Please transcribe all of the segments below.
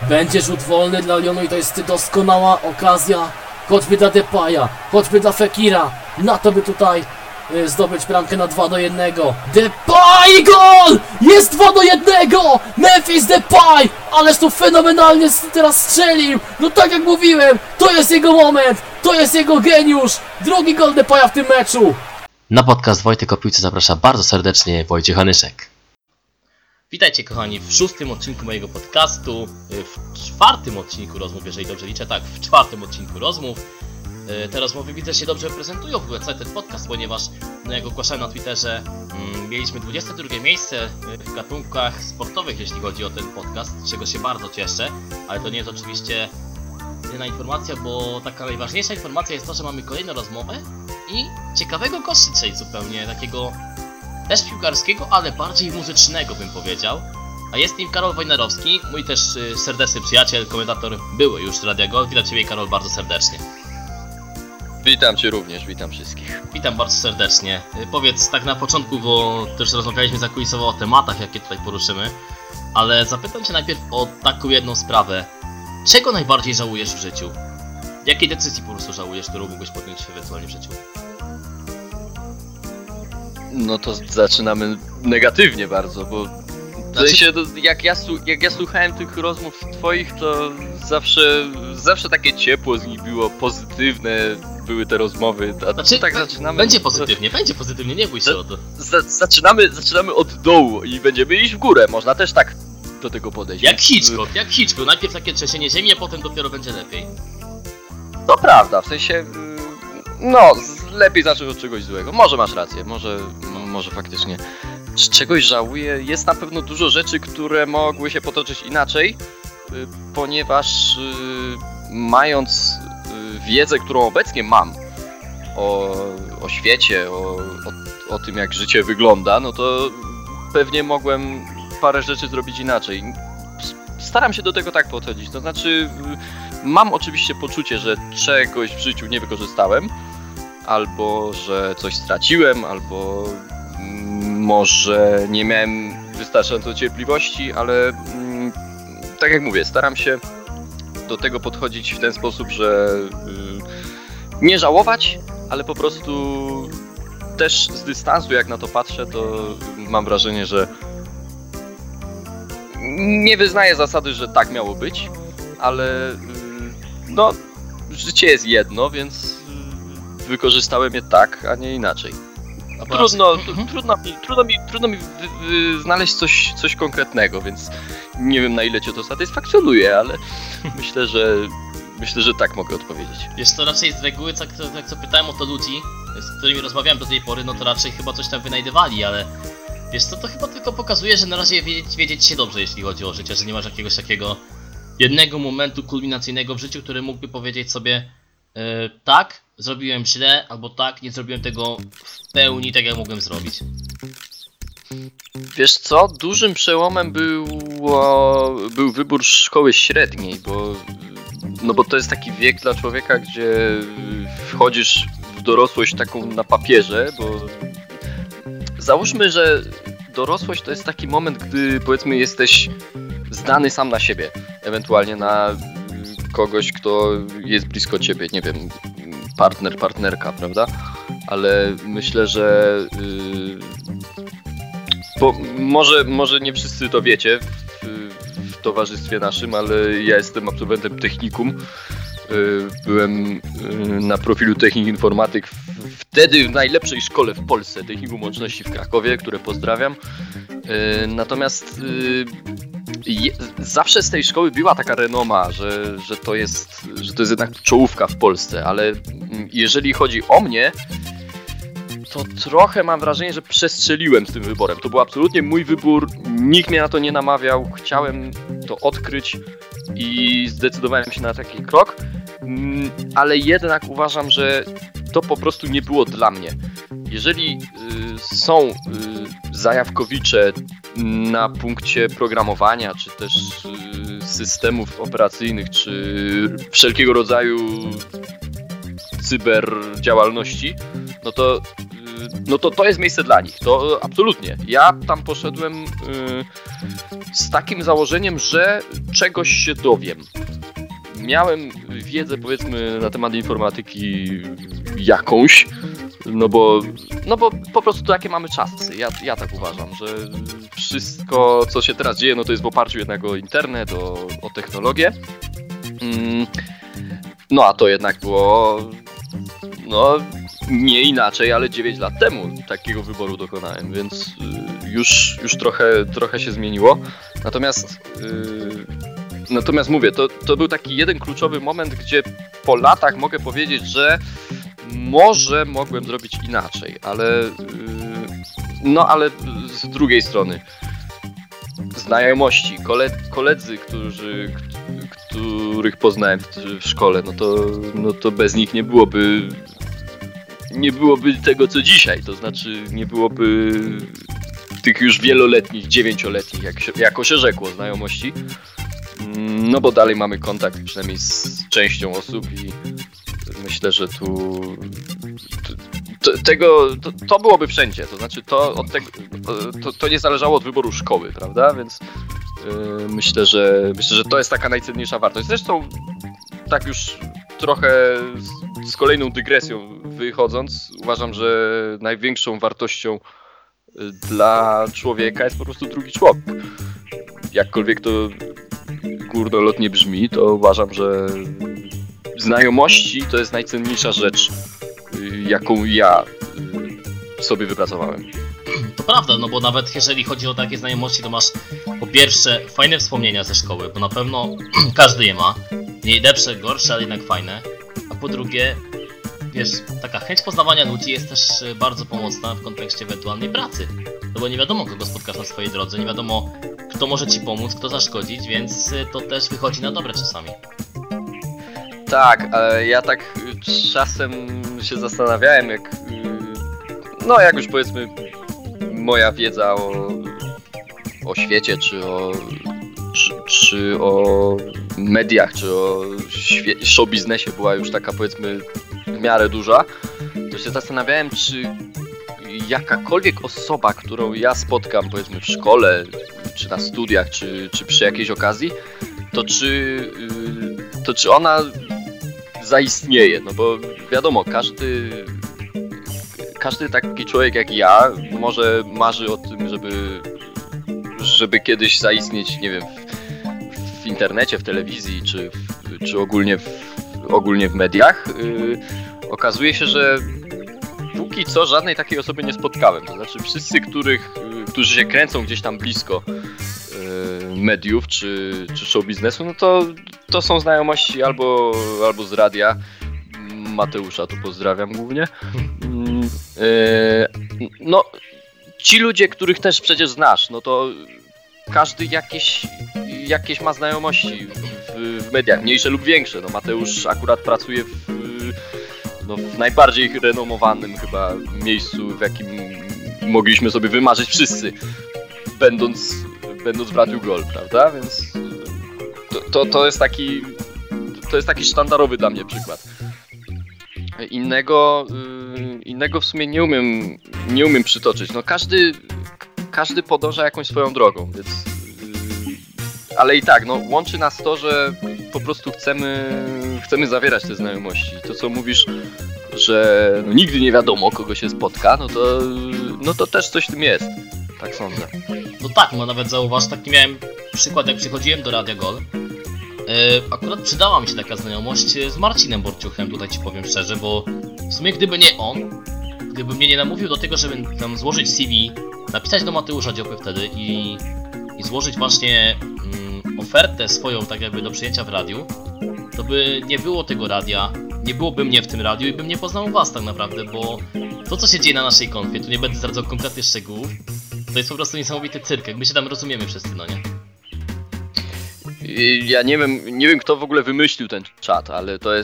Będzie rzut wolny dla Lyonu i to jest doskonała okazja, choćby dla Depaya, choćby dla Fekira, na to by tutaj zdobyć bramkę na 2-1. Depay, gol! Jest 2-1! Memphis Depay! Ależ tu fenomenalnie teraz strzelił! No tak jak mówiłem, to jest jego moment, to jest jego geniusz! Drugi gol Depaya w tym meczu! Na podcast Wojtek o Piłce zaprasza bardzo serdecznie Wojciech Anyszek. Witajcie kochani w 6. odcinku mojego podcastu, w 4. odcinku rozmów, jeżeli dobrze liczę, tak, w 4. odcinku rozmów. Te rozmowy widzę się dobrze prezentują w ogóle cały ten podcast, ponieważ jak ogłaszałem na Twitterze, mieliśmy 22 miejsce w gatunkach sportowych, jeśli chodzi o ten podcast, z czego się bardzo cieszę, ale to nie jest oczywiście jedyna informacja, bo taka najważniejsza informacja jest to, że mamy kolejną rozmowę i ciekawego gościa dzisiaj zupełnie, takiego też piłkarskiego, ale bardziej muzycznego bym powiedział. A jest nim Karol Wojnarowski, mój też serdeczny przyjaciel, komentator były już Radia Gol. Witam Ciebie, Karol, bardzo serdecznie. Witam Cię również, witam wszystkich. Witam bardzo serdecznie. Powiedz tak na początku, bo też rozmawialiśmy zakulisowo o tematach, jakie tutaj poruszymy, ale zapytam Cię najpierw o taką jedną sprawę. Czego najbardziej żałujesz w życiu? Jakiej decyzji po prostu żałujesz, którą mógłbyś podjąć ewentualnie w życiu? No to zaczynamy negatywnie bardzo, bo w sensie, jak ja słuchałem tych rozmów twoich, to zawsze takie ciepło z nich było, pozytywne były te rozmowy. A znaczy, tak zaczynamy. Będzie pozytywnie, nie bój się o to. Zaczynamy od dołu i będziemy iść w górę, można też tak do tego podejść. Jak Hitchcock. Najpierw takie trzęsienie ziemi, a potem dopiero będzie lepiej. To prawda, w sensie, no, lepiej zacząć od czegoś złego. Może masz rację, może faktycznie czegoś żałuję. Jest na pewno dużo rzeczy, które mogły się potoczyć inaczej, ponieważ mając wiedzę, którą obecnie mam o świecie, o tym, jak życie wygląda, no to pewnie mogłem parę rzeczy zrobić inaczej. Staram się do tego tak podchodzić, to znaczy mam oczywiście poczucie, że czegoś w życiu nie wykorzystałem, albo że coś straciłem, albo może nie miałem wystarczająco cierpliwości, ale tak jak mówię, staram się do tego podchodzić w ten sposób, że nie żałować, ale po prostu też z dystansu, jak na to patrzę, to mam wrażenie, że nie wyznaję zasady, że tak miało być, ale no, życie jest jedno, więc wykorzystałem je tak, a nie inaczej. Trudno mi znaleźć coś konkretnego, więc nie wiem, na ile Cię to satysfakcjonuje, ale myślę, że tak mogę odpowiedzieć. Jest to raczej z reguły, jak co pytałem o to ludzi, z którymi rozmawiałem do tej pory, no to raczej chyba coś tam wynajdywali, ale wiesz co, to chyba tylko pokazuje, że na razie wiedzieć się dobrze, jeśli chodzi o życie, że nie masz jakiegoś takiego jednego momentu kulminacyjnego w życiu, który mógłby powiedzieć sobie tak, zrobiłem źle, albo tak, nie zrobiłem tego w pełni tak, jak mogłem zrobić. Wiesz co, dużym przełomem był wybór szkoły średniej, bo to jest taki wiek dla człowieka, gdzie wchodzisz w dorosłość taką na papierze, bo załóżmy, że dorosłość to jest taki moment, gdy powiedzmy jesteś zdany sam na siebie, ewentualnie na kogoś, kto jest blisko ciebie, nie wiem, partner, partnerka, prawda? Ale myślę, że bo może nie wszyscy to wiecie w towarzystwie naszym, ale ja jestem absolwentem technikum. Byłem na profilu Technik Informatyk wtedy w najlepszej szkole w Polsce, Technikum Łączności w Krakowie, które pozdrawiam. Natomiast zawsze z tej szkoły była taka renoma, że to jest jednak czołówka w Polsce, ale jeżeli chodzi o mnie, to trochę mam wrażenie, że przestrzeliłem z tym wyborem. To był absolutnie mój wybór, nikt mnie na to nie namawiał, chciałem to odkryć i zdecydowałem się na taki krok, ale jednak uważam, że to po prostu nie było dla mnie. Jeżeli są zajawkowicze na punkcie programowania, czy też systemów operacyjnych, czy wszelkiego rodzaju cyberdziałalności, no to no to jest miejsce dla nich, to absolutnie. Ja tam poszedłem z takim założeniem, że czegoś się dowiem. Miałem wiedzę, powiedzmy, na temat informatyki jakąś, no bo po prostu takie mamy czasy. Ja tak uważam, że wszystko, co się teraz dzieje, no to jest w oparciu jednak o internet, o technologię. No a to jednak było, no nie inaczej, ale 9 lat temu takiego wyboru dokonałem, więc już trochę się zmieniło. Natomiast mówię, to był taki jeden kluczowy moment, gdzie po latach mogę powiedzieć, że może mogłem zrobić inaczej, ale z drugiej strony znajomości, koledzy, których poznałem w szkole, no to bez nich nie byłoby tego, co dzisiaj, to znaczy nie byłoby tych już wieloletnich, 9-letnich, jako się rzekło, znajomości. No bo dalej mamy kontakt przynajmniej z częścią osób i myślę, że to byłoby wszędzie, to znaczy to nie zależało od wyboru szkoły, prawda, więc myślę, że to jest taka najcenniejsza wartość. Zresztą tak już trochę z kolejną dygresją wychodząc, uważam, że największą wartością dla człowieka jest po prostu drugi człowiek. Jakkolwiek to górnolotnie brzmi, to uważam, że znajomości to jest najcenniejsza rzecz, jaką ja sobie wypracowałem. To prawda, no bo nawet jeżeli chodzi o takie znajomości, to masz po pierwsze fajne wspomnienia ze szkoły, bo na pewno każdy je ma, mniej lepsze, gorsze, ale jednak fajne, a po drugie, wiesz, taka chęć poznawania ludzi jest też bardzo pomocna w kontekście ewentualnej pracy, no bo nie wiadomo, kogo spotkasz na swojej drodze, nie wiadomo, kto może ci pomóc, kto zaszkodzić, więc to też wychodzi na dobre czasami. Tak, ale ja tak czasem się zastanawiałem, jak już powiedzmy moja wiedza o świecie, czy o mediach, czy o show biznesie była już taka, powiedzmy, w miarę duża, to się zastanawiałem, czy jakakolwiek osoba, którą ja spotkam, powiedzmy w szkole, czy na studiach, czy przy jakiejś okazji, to czy ona zaistnieje, no bo wiadomo, każdy taki człowiek jak ja może marzy o tym, żeby kiedyś zaistnieć, nie wiem, w internecie, w telewizji, czy ogólnie w mediach. Okazuje się, że póki co żadnej takiej osoby nie spotkałem. To znaczy wszyscy, którzy się kręcą gdzieś tam blisko mediów czy show biznesu, no to są znajomości albo z radia. Mateusza tu pozdrawiam głównie. No, ci ludzie, których też przecież znasz, no to każdy jakieś ma znajomości w mediach, mniejsze lub większe. No Mateusz akurat pracuje w najbardziej renomowanym chyba miejscu, w jakim mogliśmy sobie wymarzyć wszyscy, będąc w Radiu Gol, prawda? Więc to jest taki sztandarowy dla mnie przykład. Innego w sumie nie umiem przytoczyć. No każdy podąża jakąś swoją drogą, więc ale i tak, no łączy nas to, że po prostu chcemy zawierać te znajomości. To co mówisz, że no, nigdy nie wiadomo, kogo się spotka, no to też coś w tym jest. Tak sądzę. No tak, no nawet zauważ, taki miałem przykład, jak przychodziłem do Radia Gol. Akurat przydała mi się taka znajomość z Marcinem Borciuchem, tutaj ci powiem szczerze, bo w sumie gdyby nie on, gdyby mnie nie namówił do tego, żeby tam złożyć CV, napisać do Mateusza Dziopy wtedy i złożyć właśnie ofertę swoją tak jakby do przyjęcia w radiu, to by nie było tego radia, nie byłoby mnie w tym radiu i bym nie poznał was tak naprawdę, bo to co się dzieje na naszej konfie, tu nie będę zdradzał konkretnych szczegółów, to jest po prostu niesamowity cyrk, jak my się tam rozumiemy wszyscy, no nie? Ja nie wiem kto w ogóle wymyślił ten czat, ale to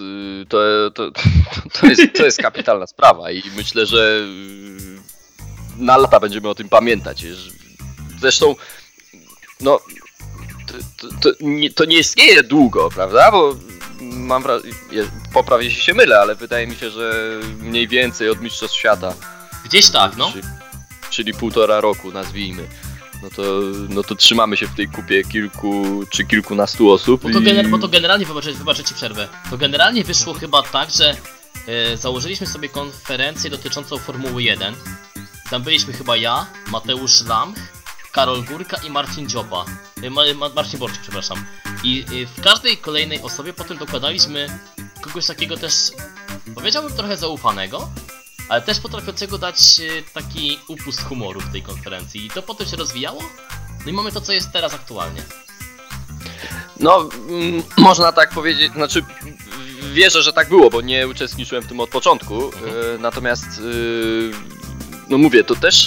jest kapitalna sprawa i myślę, że na lata będziemy o tym pamiętać. Zresztą no to nie istnieje długo, prawda? Bo mam wrażenie, poprawię się mylę, ale wydaje mi się, że mniej więcej od Mistrzostw Świata Gdzieś tak, no. Czyli 1,5 roku, nazwijmy. No to trzymamy się w tej kupie kilku czy kilkunastu osób. Bo to generalnie, wybaczę ci przerwę, to generalnie wyszło chyba tak, że założyliśmy sobie konferencję dotyczącą Formuły 1. Tam byliśmy chyba ja, Mateusz Lamch, Karol Górka i Marcin Dzioba. Marcin Borczyk, przepraszam. I w każdej kolejnej osobie potem dokładaliśmy kogoś takiego też, powiedziałbym, trochę zaufanego, ale też potrafiącego dać taki upust humoru w tej konferencji. I to potem się rozwijało. No i mamy to, co jest teraz aktualnie. No, można tak powiedzieć, znaczy wierzę, że tak było, bo nie uczestniczyłem w tym od początku, natomiast no mówię, to też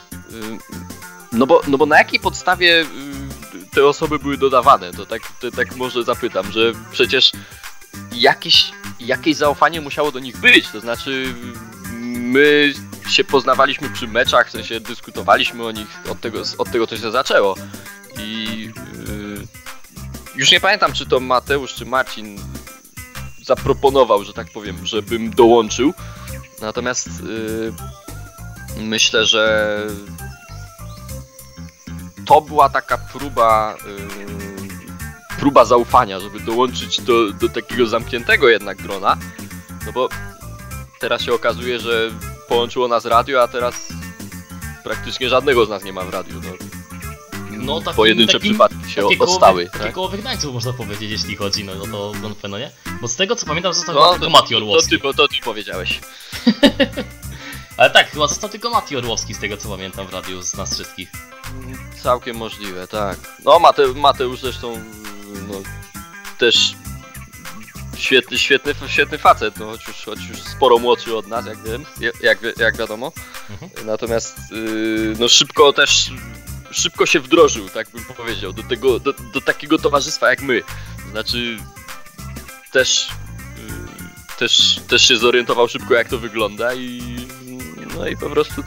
no bo na jakiej podstawie te osoby były dodawane, to tak może zapytam, że przecież jakieś zaufanie musiało do nich być, to znaczy my się poznawaliśmy przy meczach, w sensie dyskutowaliśmy o nich, od tego to się zaczęło i już nie pamiętam, czy to Mateusz, czy Marcin zaproponował, że tak powiem, żebym dołączył. Natomiast myślę, że to była taka próba zaufania, żeby dołączyć do takiego zamkniętego jednak grona. No bo teraz się okazuje, że połączyło nas radio, a teraz praktycznie żadnego z nas nie ma w radiu. No, pojedyncze przypadki się odstały. Takie koło wygnańców można powiedzieć, jeśli chodzi o to gonfę, no nie? Bo z tego co pamiętam został tylko Mati Orłowski. To ty powiedziałeś. Ale tak, chyba został tylko Mati Orłowski z tego co pamiętam w radiu z nas wszystkich. Całkiem możliwe, tak. No Mateusz zresztą no, też świetny facet, no, choć już sporo młodszy od nas, jak wiem, jak wiadomo. Natomiast no szybko się wdrożył, tak bym powiedział, do takiego towarzystwa jak my. Znaczy też się zorientował szybko, jak to wygląda i no i po prostu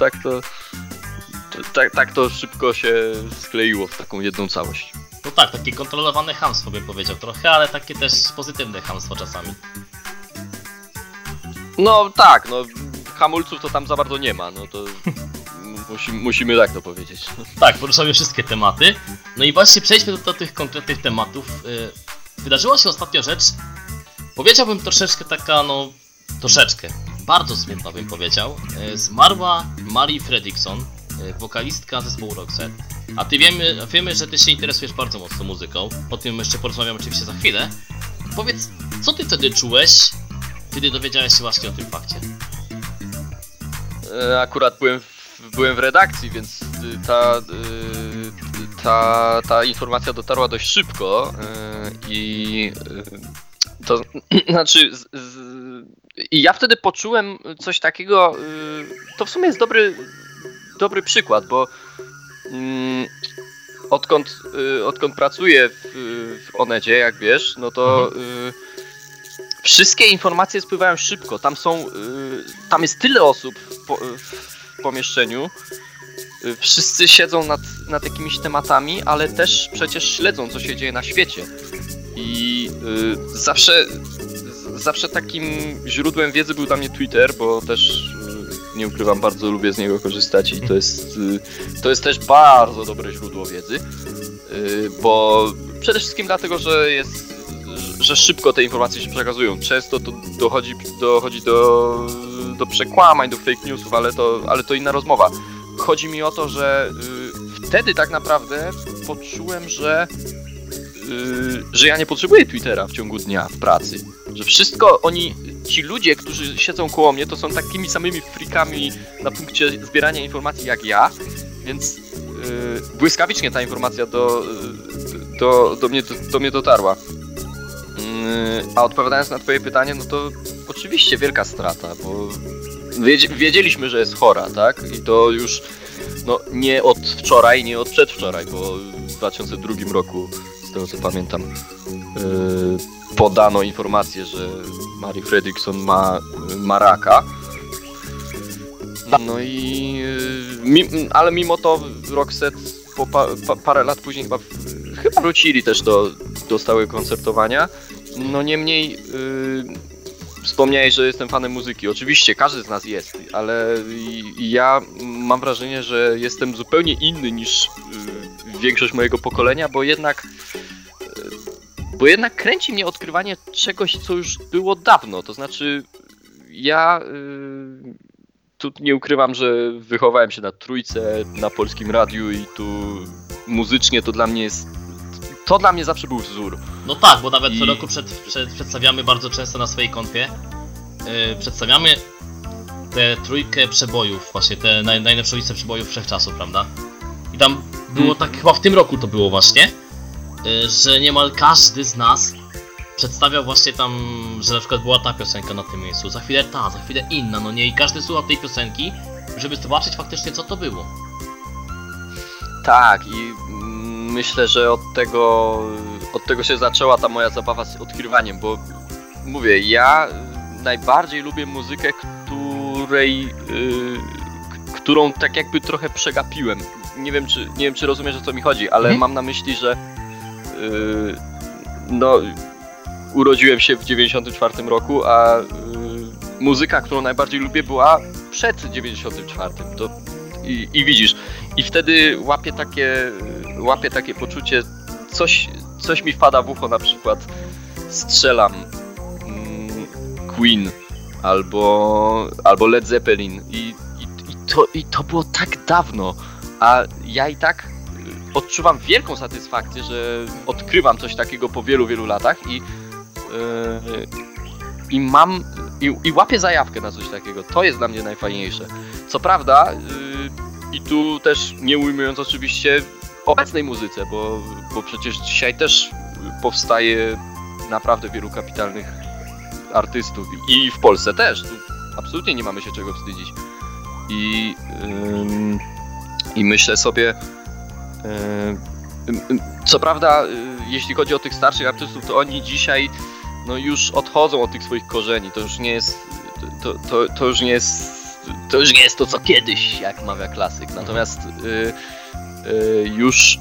tak to szybko się skleiło w taką jedną całość. No tak, takie kontrolowane chamstwo bym powiedział trochę, ale takie też pozytywne chamstwo czasami. No tak, no hamulców to tam za bardzo nie ma, no to musimy tak to powiedzieć. Tak, poruszamy wszystkie tematy. No i właśnie przejdźmy do tych konkretnych tematów. Wydarzyła się ostatnio rzecz, powiedziałbym troszeczkę taka, no troszeczkę, bardzo smutna bym powiedział. Zmarła Mari Fredriksson, wokalistka zespołu Roxette. A wiemy, że ty się interesujesz bardzo mocno muzyką, o tym jeszcze porozmawiamy oczywiście za chwilę. Powiedz, co ty wtedy czułeś, kiedy dowiedziałeś się właśnie o tym fakcie? Akurat byłem w redakcji, więc ta informacja dotarła dość szybko i to znaczy i ja wtedy poczułem coś takiego, to w sumie jest dobry przykład, bo odkąd pracuję w Onedzie, jak wiesz, no to wszystkie informacje spływają szybko. Tam jest tyle osób w pomieszczeniu. Wszyscy siedzą nad jakimiś tematami, ale też przecież śledzą, co się dzieje na świecie. I zawsze takim źródłem wiedzy był dla mnie Twitter, bo też nie ukrywam, bardzo lubię z niego korzystać i to jest też bardzo dobre źródło wiedzy, bo przede wszystkim dlatego, że szybko te informacje się przekazują. Często to dochodzi do przekłamań, do fake newsów, ale to inna rozmowa. Chodzi mi o to, że wtedy tak naprawdę poczułem, że ja nie potrzebuję Twittera w ciągu dnia w pracy. Że wszystko ci ludzie, którzy siedzą koło mnie, to są takimi samymi freakami na punkcie zbierania informacji jak ja, więc błyskawicznie ta informacja do mnie dotarła. A odpowiadając na twoje pytanie, no to oczywiście wielka strata, bo wiedzieliśmy, że jest chora, tak? I to już no, nie od wczoraj, nie od przedwczoraj, bo w 2002 roku, z tego co pamiętam, podano informację, że Mari Fredriksson ma raka. No i ale mimo to Roxette parę lat później chyba wrócili też do stałego koncertowania. No niemniej wspomniałeś, że jestem fanem muzyki. Oczywiście, każdy z nas jest, ale ja mam wrażenie, że jestem zupełnie inny niż większość mojego pokolenia, bo jednak kręci mnie odkrywanie czegoś, co już było dawno. To znaczy, ja tu nie ukrywam, że wychowałem się na Trójce, na Polskim Radiu i tu muzycznie to dla mnie zawsze był wzór. No tak, bo nawet co roku przedstawiamy bardzo często na swojej konfie, przedstawiamy tę trójkę przebojów, właśnie te najlepsze listę przebojów wszechczasów, prawda? I tam było tak, chyba w tym roku to było właśnie, że niemal każdy z nas przedstawiał właśnie tam, że na przykład była ta piosenka na tym miejscu, za chwilę ta, za chwilę inna, no nie? I każdy słuchał tej piosenki, żeby zobaczyć faktycznie, co to było. Tak, i myślę, że od tego się zaczęła ta moja zabawa z odkrywaniem, bo mówię, ja najbardziej lubię muzykę, którą tak jakby trochę przegapiłem. Nie wiem, czy rozumiesz, o co mi chodzi, ale mam na myśli, że no, urodziłem się w 94 roku, a muzyka, którą najbardziej lubię, była przed 94. I widzisz, i wtedy łapię takie poczucie, coś mi wpada w ucho, na przykład strzelam Queen albo Led Zeppelin i to było tak dawno, a ja i tak odczuwam wielką satysfakcję, że odkrywam coś takiego po wielu, wielu latach i łapię zajawkę na coś takiego. To jest dla mnie najfajniejsze. Co prawda, i tu też nie ujmując oczywiście obecnej muzyce, bo przecież dzisiaj też powstaje naprawdę wielu kapitalnych artystów i w Polsce też. Tu absolutnie nie mamy się czego wstydzić. I myślę sobie, co prawda, jeśli chodzi o tych starszych artystów, to oni dzisiaj no już odchodzą od tych swoich korzeni. To już nie jest to już nie jest to, co kiedyś, jak mawia klasyk. Natomiast już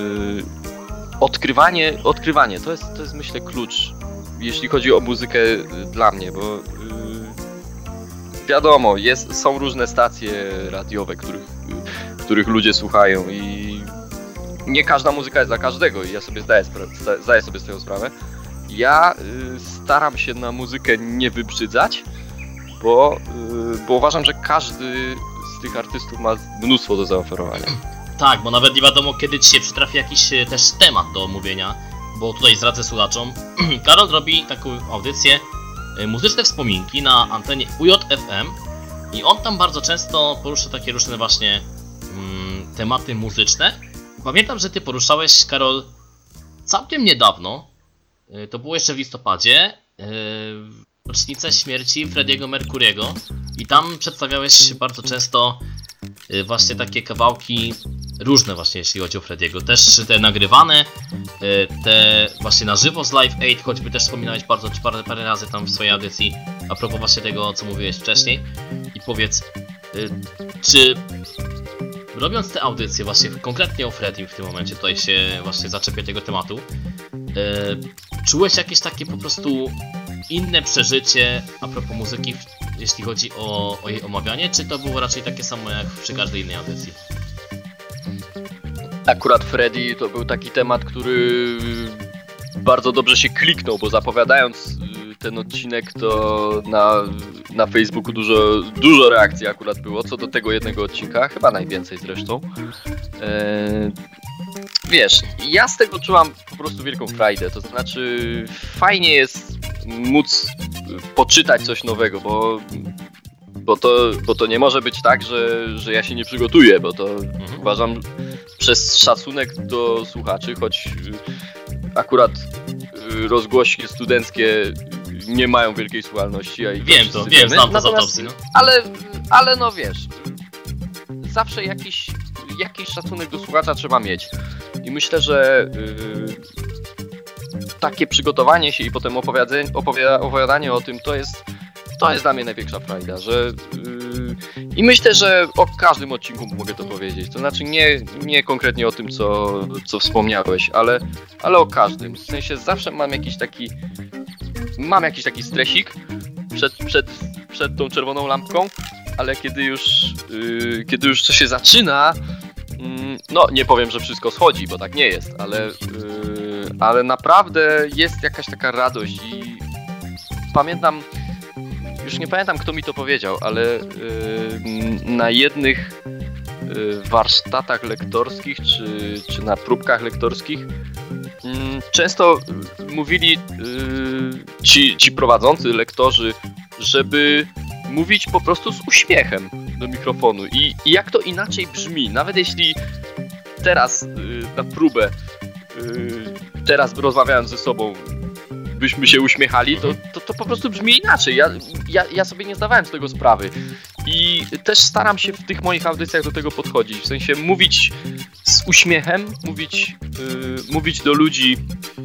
odkrywanie to jest myślę klucz, jeśli chodzi o muzykę dla mnie, bo wiadomo, są różne stacje radiowe, których ludzie słuchają i nie każda muzyka jest dla każdego i ja sobie zdaję sobie z tego sprawę. Ja staram się na muzykę nie wybrzydzać, bo uważam, że każdy z tych artystów ma mnóstwo do zaoferowania. Tak, bo nawet nie wiadomo, kiedy ci się przytrafi jakiś też temat do omówienia, bo tutaj zdradzę słuchaczom, Karol robi taką audycję Muzyczne Wspominki na antenie UJFM i on tam bardzo często porusza takie różne właśnie tematy muzyczne. Pamiętam, że ty poruszałeś, Karol, całkiem niedawno, to było jeszcze w listopadzie, rocznicę śmierci Freddie'ego Mercury'ego i tam przedstawiałeś bardzo często właśnie takie kawałki różne właśnie, jeśli chodzi o Freddie'ego. Też te nagrywane, te właśnie na żywo z Live Aid, choćby też wspominałeś parę razy tam w swojej audycji a propos właśnie tego, co mówiłeś wcześniej. I powiedz, czy robiąc te audycje właśnie konkretnie o Freddim w tym momencie, tutaj się właśnie zaczepię tego tematu, czułeś jakieś takie po prostu inne przeżycie a propos muzyki, jeśli chodzi o jej omawianie, czy to było raczej takie samo jak przy każdej innej audycji? Akurat Freddy to był taki temat, który bardzo dobrze się kliknął, bo zapowiadając ten odcinek, to na Facebooku dużo reakcji akurat było co do tego jednego odcinka, chyba najwięcej zresztą. Wiesz, ja z tego czułam po prostu wielką frajdę, to znaczy fajnie jest móc poczytać coś nowego, bo to nie może być tak, że ja się nie przygotuję, bo to uważam przez szacunek do słuchaczy, choć akurat rozgłośnie studenckie nie mają wielkiej słuchalności. Wiem, znam to z autopsji. No. Ale no wiesz, zawsze jakiś szacunek do słuchacza trzeba mieć. I myślę, że takie przygotowanie się i potem opowiadanie o tym, to jest dla mnie największa frajda, że i myślę, że o każdym odcinku mogę to powiedzieć. To znaczy nie konkretnie o tym, co wspomniałeś, ale o każdym. W sensie zawsze mam jakiś taki stresik, przed tą czerwoną lampką, ale kiedy już coś się zaczyna, no nie powiem, że wszystko schodzi, bo tak nie jest, ale naprawdę jest jakaś taka radość i pamiętam, już nie pamiętam kto mi to powiedział, ale na jednych warsztatach lektorskich czy na próbkach lektorskich często mówili ci prowadzący, lektorzy, żeby mówić po prostu z uśmiechem do mikrofonu i jak to inaczej brzmi, nawet jeśli teraz na próbę, teraz rozmawiając ze sobą byśmy się uśmiechali, to po prostu brzmi inaczej. Ja sobie nie zdawałem z tego sprawy i też staram się w tych moich audycjach do tego podchodzić, w sensie mówić z uśmiechem, mówić do ludzi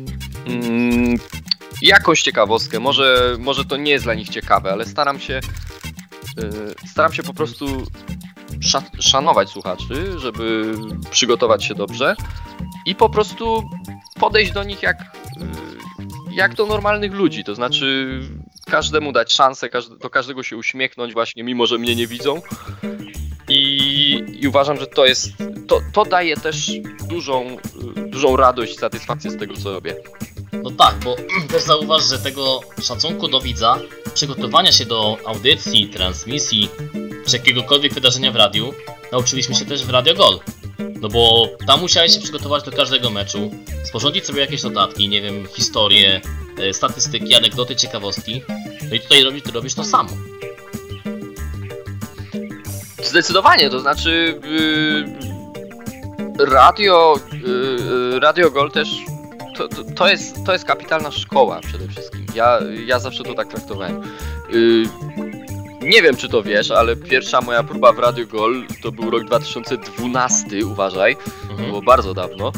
jakąś ciekawostkę, może to nie jest dla nich ciekawe, ale staram się po prostu szanować słuchaczy, żeby przygotować się dobrze i po prostu podejść do nich jak do normalnych ludzi, to znaczy każdemu dać szansę, do każdego się uśmiechnąć właśnie, mimo że mnie nie widzą i uważam, że to daje też dużą radość, satysfakcję z tego, co robię. No tak, bo też zauważ, że tego szacunku do widza, przygotowania się do audycji, transmisji czy jakiegokolwiek wydarzenia w radiu nauczyliśmy się też w Radio Gol. No bo tam musiałeś się przygotować do każdego meczu, sporządzić sobie jakieś notatki, nie wiem, historie, statystyki, anegdoty, ciekawostki. No i tutaj robisz to samo. Zdecydowanie, to znaczy Radio Gol też to jest kapitalna szkoła przede wszystkim. Ja zawsze to tak traktowałem. Nie wiem, czy to wiesz, ale pierwsza moja próba w Radio Gol to był rok 2012, uważaj, to było bardzo dawno.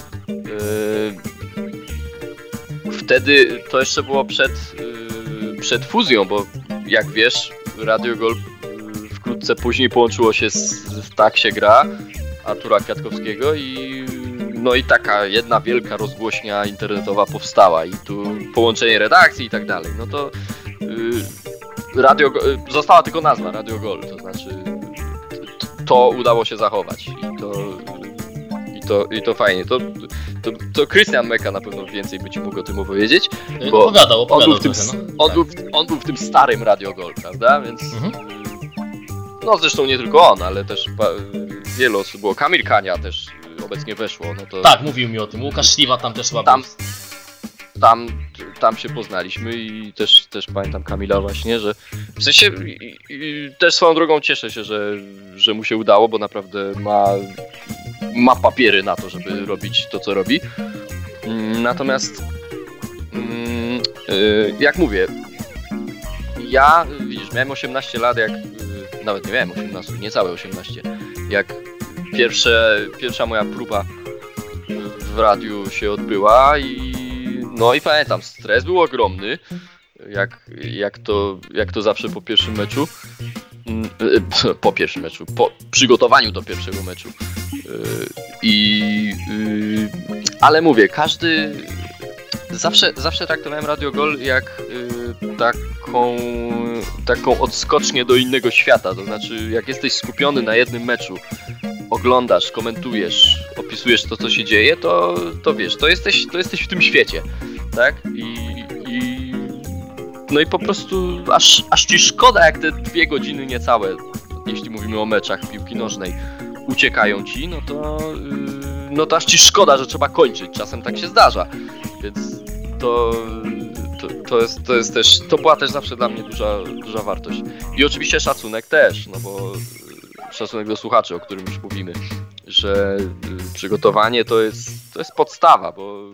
Wtedy to jeszcze było przed fuzją, bo jak wiesz, Radio Gol wkrótce później połączyło się z Tak się gra Artura Kwiatkowskiego i taka jedna wielka rozgłośnia internetowa powstała i tu połączenie redakcji i tak dalej. No to została tylko nazwa Radio Gol, to znaczy to udało się zachować i to fajnie. To Krystian Meka na pewno więcej by ci mógł o tym opowiedzieć, bo opowiadał on był w tym starym Radio Gol, prawda? Więc no zresztą nie tylko on, ale też wiele osób było. Kamil Kania też obecnie weszło. No to tak, mówił mi o tym. Łukasz Śliwa tam też chyba tam się poznaliśmy i też pamiętam Kamila właśnie, że w sensie też swoją drogą cieszę się, że mu się udało, bo naprawdę ma papiery na to, żeby robić to, co robi. Natomiast jak mówię, ja, widzisz, miałem 18 lat, nawet nie miałem 18, niecałe 18, jak pierwsza moja próba w radiu się odbyła i pamiętam, stres był ogromny, jak to zawsze po pierwszym meczu, po przygotowaniu do pierwszego meczu. Ale mówię, zawsze traktowałem Radio Gol jak taką odskocznię do innego świata, to znaczy jak jesteś skupiony na jednym meczu, oglądasz, komentujesz, opisujesz to, co się dzieje, to wiesz, to jesteś w tym świecie, tak? No i po prostu aż ci szkoda, jak te 2 godziny niecałe, jeśli mówimy o meczach piłki nożnej, uciekają ci, no to aż ci szkoda, że trzeba kończyć, czasem tak się zdarza, więc to była też zawsze dla mnie duża wartość. I oczywiście szacunek też, no bo szacunek do słuchaczy, o którym już mówimy, że przygotowanie to jest podstawa, bo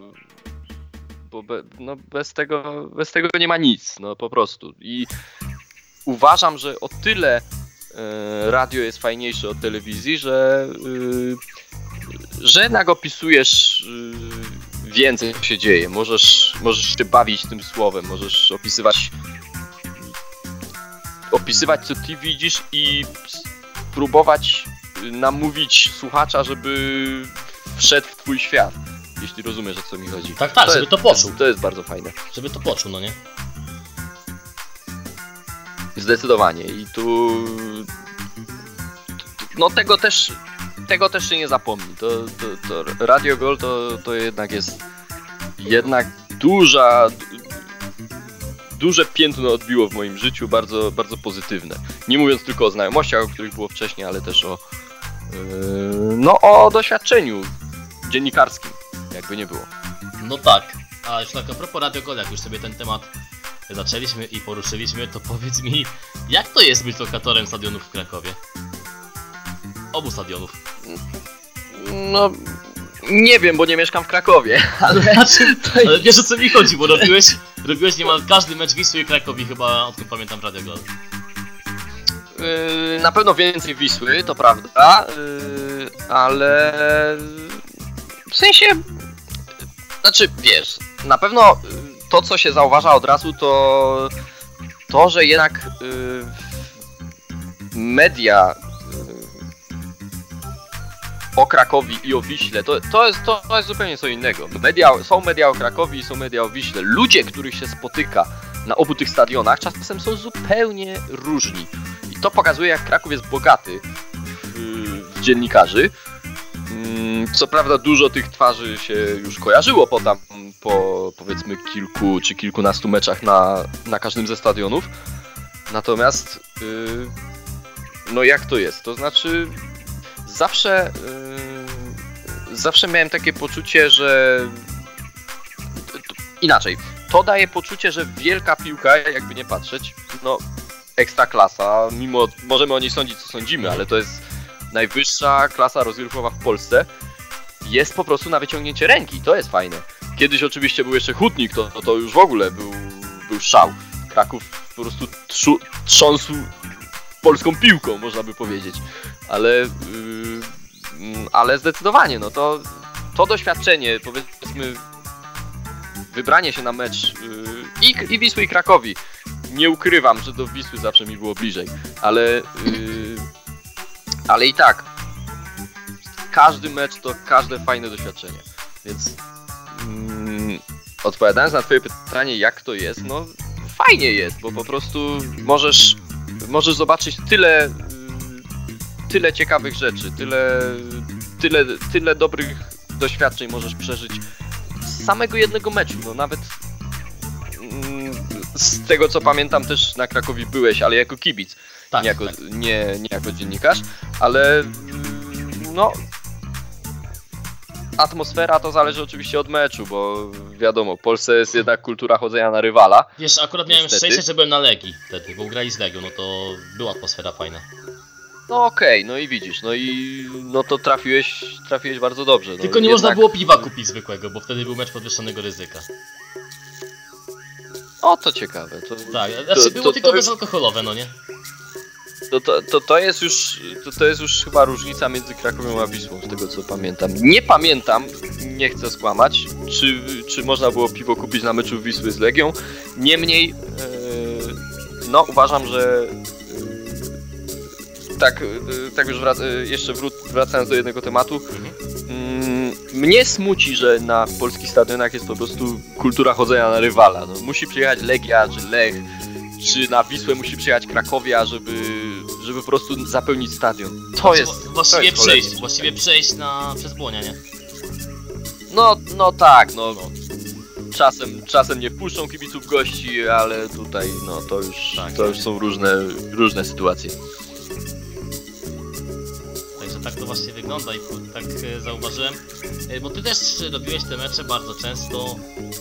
bez tego nie ma nic, no po prostu. I uważam, że o tyle radio jest fajniejsze od telewizji, że jednak opisujesz więcej, co się dzieje. Możesz się bawić tym słowem, możesz opisywać co ty widzisz i próbować namówić słuchacza, żeby wszedł w twój świat, jeśli rozumiesz, o co mi chodzi. Tak, żeby to poczuł. To jest bardzo fajne. Żeby to poczuł, no nie? Zdecydowanie. I tu... No tego też się nie zapomni. To Radio Gol to jednak jest duże piętno odbiło w moim życiu, bardzo, bardzo pozytywne. Nie mówiąc tylko o znajomościach, o których było wcześniej, ale też o doświadczeniu dziennikarskim, jakby nie było. No tak, a już tak a propos Radio Gol, jak już sobie ten temat zaczęliśmy i poruszyliśmy, to powiedz mi, jak to jest być lokatorem stadionów w Krakowie? Obu stadionów. No, nie wiem, bo nie mieszkam w Krakowie, ale... Ale wiesz, o co mi chodzi, bo robiłeś niemal każdy mecz Wisły i Krakowi chyba, odkąd pamiętam, w Radio Gol. Na pewno więcej Wisły, to prawda, ale w sensie, znaczy wiesz, na pewno to co się zauważa od razu to że jednak media o Krakowi i o Wiśle, to jest zupełnie co innego. Są media o Krakowi i są media o Wiśle. Ludzie, których się spotyka na obu tych stadionach, czasem są zupełnie różni. I to pokazuje, jak Kraków jest bogaty w dziennikarzy. Co prawda dużo tych twarzy się już kojarzyło po powiedzmy kilku czy kilkunastu meczach na każdym ze stadionów. Natomiast no jak to jest? To znaczy zawsze miałem takie poczucie, że inaczej, to daje poczucie, że wielka piłka, jakby nie patrzeć, no ekstra klasa, mimo możemy o niej sądzić co sądzimy, ale to jest najwyższa klasa rozgrywkowa w Polsce, jest po prostu na wyciągnięcie ręki, to jest fajne. Kiedyś oczywiście był jeszcze Hutnik, to już w ogóle był szał. Kraków po prostu trząsł polską piłką, można by powiedzieć, ale zdecydowanie, no to doświadczenie, powiedzmy, wybranie się na mecz i Wisły i Krakowi, nie ukrywam, że do Wisły zawsze mi było bliżej, ale i tak, każdy mecz to każde fajne doświadczenie, więc odpowiadając na twoje pytanie, jak to jest, no fajnie jest, bo po prostu możesz zobaczyć tyle ciekawych rzeczy, tyle dobrych doświadczeń możesz przeżyć z samego jednego meczu, no nawet z tego co pamiętam też na Krakowie byłeś, ale jako kibic, Tak, nie jako dziennikarz, ale no atmosfera to zależy oczywiście od meczu, bo wiadomo, w Polsce jest jednak kultura chodzenia na rywala. Wiesz, akurat miałem Niestety. szczęście, że byłem na Legii wtedy, bo grali z Legią, no to była atmosfera fajna. No okej, no i widzisz, no to trafiłeś bardzo dobrze. No, Tylko nie można było piwa kupić zwykłego, bo wtedy był mecz podwyższonego ryzyka. O, to ciekawe. Tak, znaczy było tylko bezalkoholowe, no nie? To jest już chyba różnica między Krakowem a Wisłą, z tego co pamiętam. Nie pamiętam, nie chcę skłamać, czy można było piwo kupić na meczu Wisły z Legią. Niemniej, no uważam, że tak już jeszcze wracając do jednego tematu, mnie smuci, że na polskich stadionach jest po prostu kultura chodzenia na rywala. No, musi przyjechać Legia czy Lech, czy na Wisłę musi przyjechać Krakowia, żeby po prostu zapełnić stadion. Właściwie przejść przez Błonia, nie? No tak, no. Czasem nie wpuszczą kibiców gości, ale tutaj no to już są różne sytuacje. Także tak to właśnie wygląda i tak zauważyłem, bo ty też robiłeś te mecze bardzo często,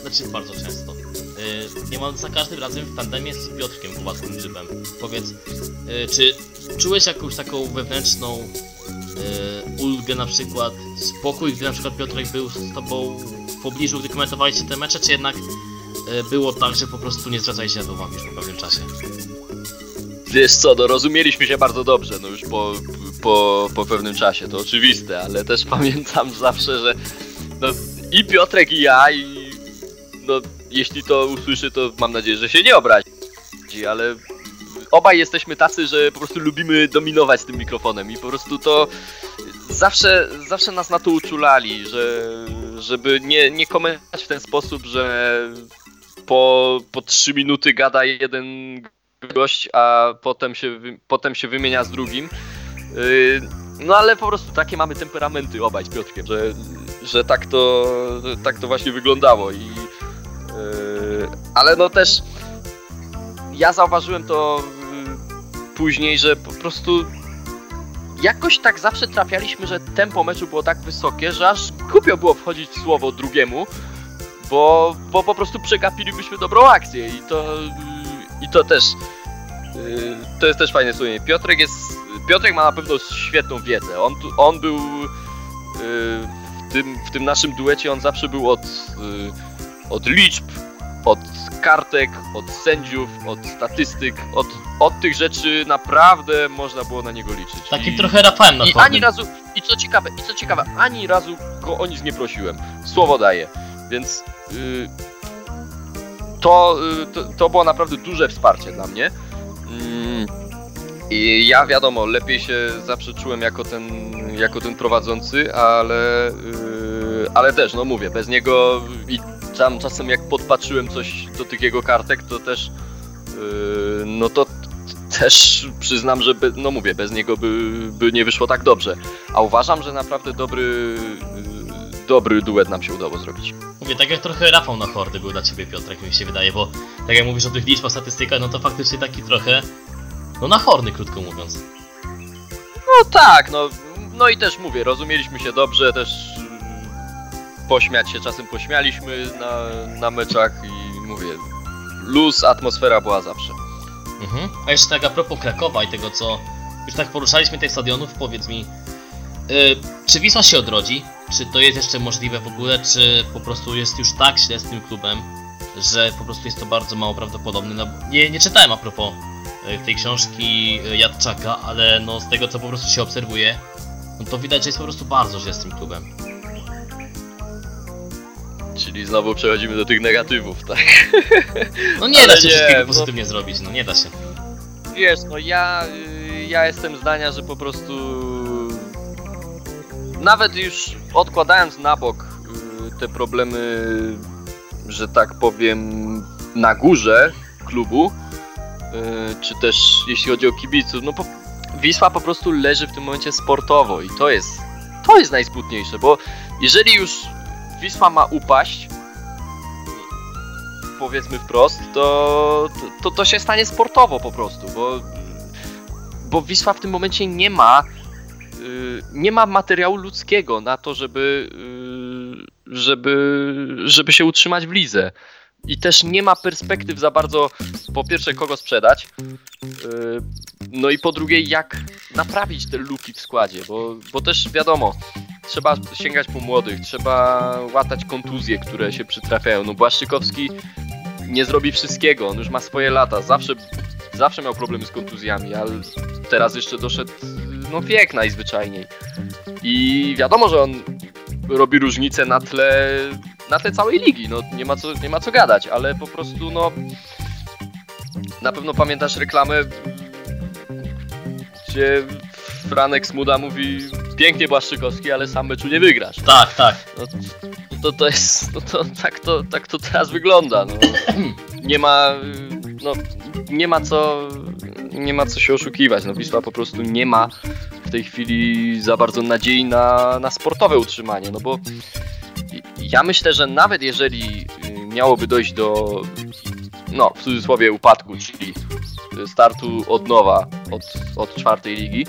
niemal za każdym razem w tandemie z Piotrkiem Kowalskim Grzybem. Powiedz, czy czułeś jakąś taką wewnętrzną ulgę na przykład, spokój, gdy na przykład Piotrek był z tobą w pobliżu, gdy komentowaliście te mecze, czy jednak było tak, że po prostu nie zwracaliście na to uwagi już po pewnym czasie? Wiesz co, no rozumieliśmy się bardzo dobrze, no już po pewnym czasie, to oczywiste, ale też pamiętam zawsze, że no i Piotrek i ja no jeśli to usłyszy, to mam nadzieję, że się nie obrazi, ale obaj jesteśmy tacy, że po prostu lubimy dominować z tym mikrofonem i po prostu to zawsze nas na to uczulali, żeby nie komentować w ten sposób, że po 3 minuty gada jeden gość, a potem się wymienia z drugim. No ale po prostu takie mamy temperamenty obaj z Piotrkiem, że tak to właśnie wyglądało ale no też ja zauważyłem to później, że po prostu jakoś tak zawsze trafialiśmy, że tempo meczu było tak wysokie, że aż głupio było wchodzić w słowo drugiemu, bo po prostu przegapilibyśmy dobrą akcję i to też to jest też fajne słowo. Piotrek ma na pewno świetną wiedzę. On był w tym naszym duecie, on zawsze był od liczb, od kartek, od sędziów, od statystyk, od tych rzeczy naprawdę można było na niego liczyć. Takim trochę Rafałem na ani razu, i co ciekawe, ani razu go o nic nie prosiłem. Słowo daję. Więc to było naprawdę duże wsparcie dla mnie. I ja wiadomo, lepiej się zawsze czułem jako ten prowadzący, ale też, no mówię, bez niego i tam czasem jak podpatrzyłem coś do tych jego kartek, to też no to też przyznam, że bez niego by nie wyszło tak dobrze. A uważam, że naprawdę dobry duet nam się udało zrobić. Mówię, tak jak trochę Rafał na hordy był dla ciebie, Piotrek, mi się wydaje, bo tak jak mówisz o tych liczbach, statystykach, no to faktycznie taki trochę, no na horny, krótko mówiąc. No tak, no i też mówię, rozumieliśmy się dobrze, też pośmiać się czasem pośmialiśmy na meczach i mówię, luz, atmosfera była zawsze. A jeszcze tak a propos Krakowa i tego, co już tak poruszaliśmy tych stadionów, powiedz mi, czy Wisła się odrodzi? Czy to jest jeszcze możliwe w ogóle, czy po prostu jest już tak źle z tym klubem, że po prostu jest to bardzo mało prawdopodobne? No, nie czytałem a propos tej książki Jadczaka, ale no z tego, co po prostu się obserwuje, no to widać, że jest po prostu bardzo źle z tym klubem. Czyli znowu przechodzimy do tych negatywów, tak? No nie da się wszystkiego pozytywnie zrobić, no nie da się. Wiesz, no ja jestem zdania, że po prostu nawet już odkładając na bok te problemy, że tak powiem, na górze klubu, czy też jeśli chodzi o kibiców, no Wisła po prostu leży w tym momencie sportowo i to jest najsmutniejsze, bo jeżeli już Wisła ma upaść, powiedzmy wprost, to się stanie sportowo po prostu, bo Wisła w tym momencie nie ma materiału ludzkiego na to, żeby się utrzymać w lidze. I też nie ma perspektyw za bardzo, po pierwsze, kogo sprzedać, no i po drugie, jak naprawić te luki w składzie, bo też wiadomo, trzeba sięgać po młodych, trzeba łatać kontuzje, które się przytrafiają. No Błaszczykowski nie zrobi wszystkiego, on już ma swoje lata, zawsze miał problemy z kontuzjami, ale teraz jeszcze doszedł wiek najzwyczajniej. I wiadomo, że on robi różnicę na tle całej ligi, no nie ma co gadać, ale po prostu na pewno pamiętasz reklamę, gdzie Franek Smuda mówi pięknie Błaszczykowski, ale sam meczu nie wygrasz. Tak. No to jest, tak to teraz wygląda, no. Nie ma co się oszukiwać, no Wisła po prostu nie ma w tej chwili za bardzo nadziei na sportowe utrzymanie, no bo ja myślę, że nawet jeżeli miałoby dojść do, w cudzysłowie upadku, czyli startu od nowa, od czwartej ligi,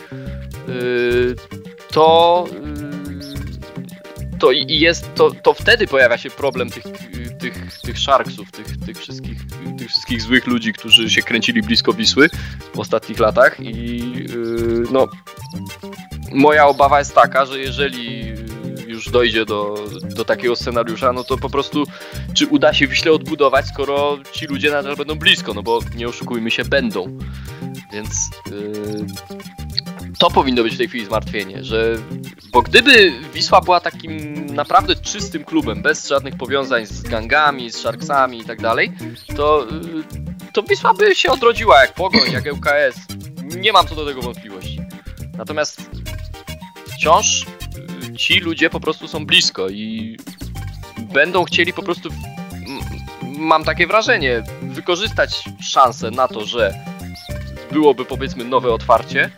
to wtedy pojawia się problem tych Sharksów, tych wszystkich złych ludzi, którzy się kręcili blisko Wisły w ostatnich latach i moja obawa jest taka, że jeżeli już dojdzie do takiego scenariusza, no to po prostu czy uda się Wiśle odbudować, skoro ci ludzie nadal będą blisko, no bo nie oszukujmy się, będą. Więc to powinno być w tej chwili zmartwienie, bo gdyby Wisła była takim naprawdę czystym klubem, bez żadnych powiązań z gangami, z Sharksami i tak dalej, to Wisła by się odrodziła jak Pogoń, jak ŁKS. Nie mam co do tego wątpliwości. Natomiast wciąż ci ludzie po prostu są blisko i będą chcieli po prostu, mam takie wrażenie, wykorzystać szansę na to, że byłoby powiedzmy nowe otwarcie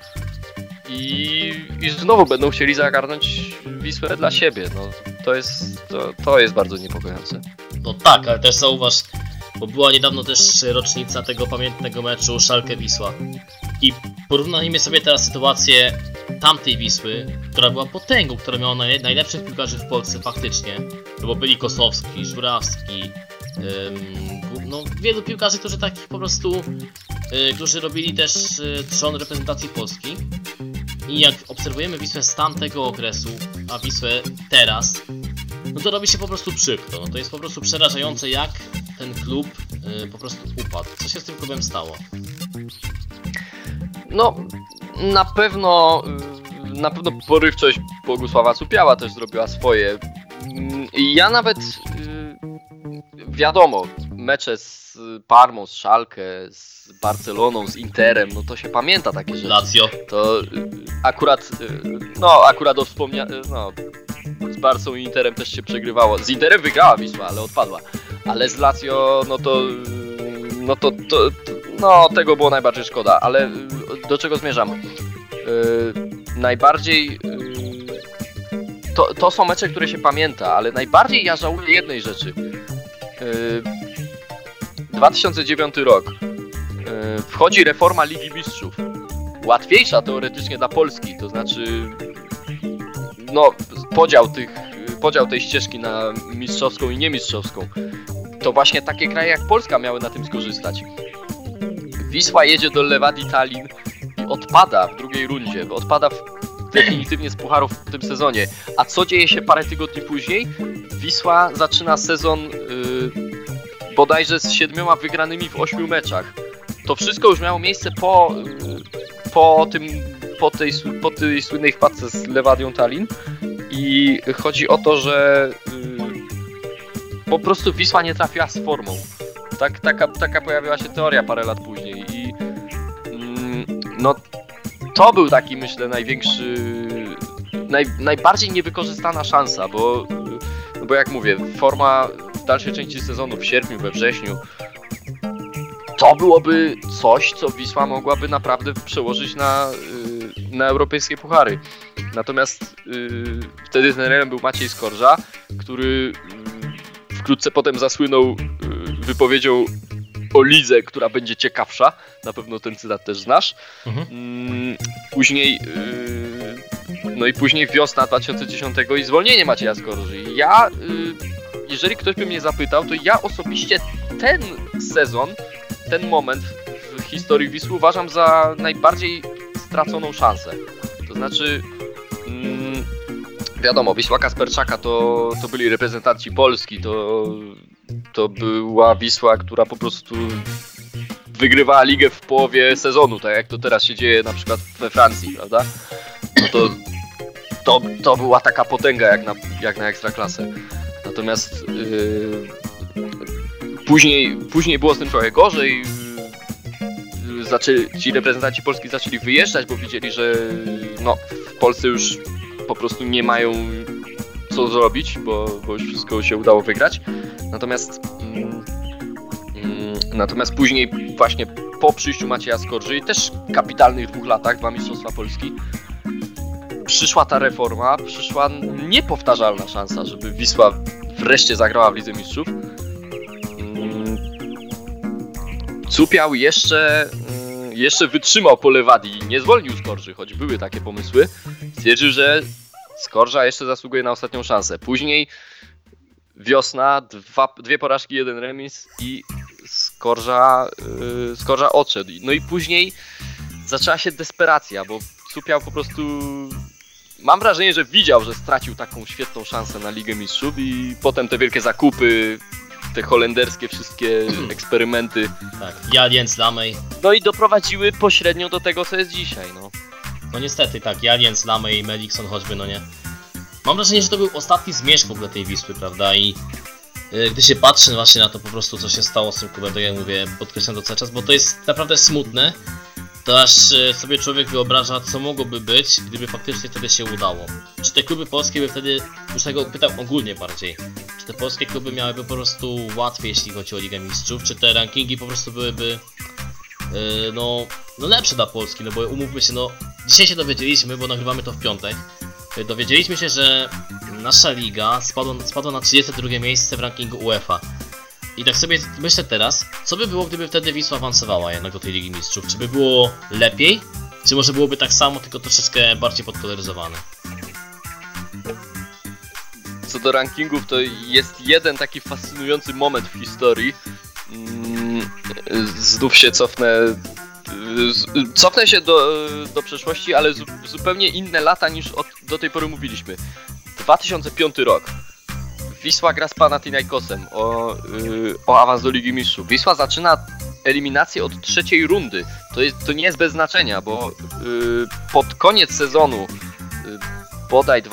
i znowu będą chcieli zagarnąć Wisłę dla siebie. No, to jest bardzo niepokojące. No tak, ale też zauważ, bo była niedawno też rocznica tego pamiętnego meczu Schalke-Wisła. I porównajmy sobie teraz sytuację tamtej Wisły, która była potęgą, która miała najlepszych piłkarzy w Polsce faktycznie. No bo byli Kosowski, Żurawski, no wielu piłkarzy, którzy takich po prostu, którzy robili też trzon reprezentacji Polski. I jak obserwujemy Wisłę z tamtego okresu, a Wisłę teraz, no to robi się po prostu przykro. No to jest po prostu przerażające, jak ten klub po prostu upadł. Co się z tym klubem stało? No, na pewno porywczość Bogusława Cupiała też zrobiła swoje. Ja nawet, wiadomo, mecze z Parmą, z Schalke, z Barceloną, z Interem, no to się pamięta takie rzeczy. Lazio. To akurat z Barcą i Interem też się przegrywało. Z Interem wygrała Wisła, ale odpadła. Ale z Lazio, no tego było najbardziej szkoda. Ale do czego zmierzam? Najbardziej... To są mecze, które się pamięta, ale najbardziej ja żałuję jednej rzeczy. 2009 rok. Wchodzi reforma Ligi Mistrzów. Łatwiejsza teoretycznie dla Polski, to znaczy podział tej ścieżki na mistrzowską i niemistrzowską. To właśnie takie kraje jak Polska miały na tym skorzystać. Wisła jedzie do Levadii Tallinn i odpada w drugiej rundzie, bo odpada definitywnie z pucharów w tym sezonie. A co dzieje się parę tygodni później? Wisła zaczyna sezon bodajże z 7 wygranymi w 8 meczach. To wszystko już miało miejsce po tej słynnej wpadce z Levadią Tallinn i chodzi o to, że po prostu Wisła nie trafiła z formą. Taka pojawiła się teoria parę lat później i no to był taki, myślę, największy, najbardziej niewykorzystana szansa, bo jak mówię, forma w dalszej części sezonu, w sierpniu, we wrześniu, to byłoby coś, co Wisła mogłaby naprawdę przełożyć na europejskie puchary. Natomiast wtedy trenerem był Maciej Skorża, który wkrótce potem zasłynął wypowiedzią o lidze, która będzie ciekawsza. Na pewno ten cytat też znasz. Później wiosna 2010 i zwolnienie Macieja Skorży. Jeżeli ktoś by mnie zapytał, to ja osobiście ten sezon, ten moment w historii Wisły uważam za najbardziej straconą szansę. To znaczy, wiadomo, Wisła Kasperczaka to byli reprezentanci Polski, to była Wisła, która po prostu wygrywała ligę w połowie sezonu, tak jak to teraz się dzieje na przykład we Francji, prawda? No to była taka potęga jak na Ekstraklasę. Natomiast później było z tym trochę gorzej. Ci reprezentanci Polski zaczęli wyjeżdżać, bo widzieli, że w Polsce już po prostu nie mają co zrobić, bo już wszystko się udało wygrać. Natomiast później właśnie po przyjściu Macieja Skorży i też kapitalnych 2 latach, 2 mistrzostwa Polski, przyszła ta reforma, przyszła niepowtarzalna szansa, żeby Wisła wreszcie zagrała w Lidze Mistrzów. Cupiał jeszcze wytrzymał po Lewadii i nie zwolnił Skorży, choć były takie pomysły. Stwierdził, że Skorża jeszcze zasługuje na ostatnią szansę. Później wiosna, 2 porażki, 1 remis i Skorża odszedł. No i później zaczęła się desperacja, bo Cupiał po prostu... Mam wrażenie, że widział, że stracił taką świetną szansę na Ligę Mistrzów i potem te wielkie zakupy, te holenderskie wszystkie eksperymenty. Tak, Jaliens, Lamej. No i doprowadziły pośrednio do tego, co jest dzisiaj, no. No niestety tak, Jaliens, Lamej, Melikson choćby, no nie. Mam wrażenie, że to był ostatni zmierzch w ogóle tej Wisły, prawda? I gdy się patrzy właśnie na to po prostu, co się stało z tym klubem, tak jak mówię, podkreślam to cały czas, bo to jest naprawdę smutne, to aż sobie człowiek wyobraża, co mogłoby być, gdyby faktycznie wtedy się udało. Czy te kluby polskie by wtedy, już tego pytam ogólnie bardziej, czy te polskie kluby miałyby po prostu łatwiej, jeśli chodzi o Ligę Mistrzów, czy te rankingi po prostu byłyby no lepsze dla Polski, no bo umówmy się, no dzisiaj się dowiedzieliśmy, bo nagrywamy to w piątek, dowiedzieliśmy się, że nasza liga spadła na 32 miejsce w rankingu UEFA. I tak sobie myślę teraz, co by było, gdyby wtedy Wisła awansowała jednak do tej Ligi Mistrzów? Czy by było lepiej? Czy może byłoby tak samo, tylko troszeczkę bardziej podkoloryzowane? Co do rankingów, to jest jeden taki fascynujący moment w historii. Znów się cofnę się do przeszłości, ale zupełnie inne lata niż do tej pory mówiliśmy. 2005 rok. Wisła gra z Panathinaikosem o awans do Ligi Mistrzów. Wisła zaczyna eliminację od trzeciej rundy. To nie jest bez znaczenia, bo pod koniec sezonu bodaj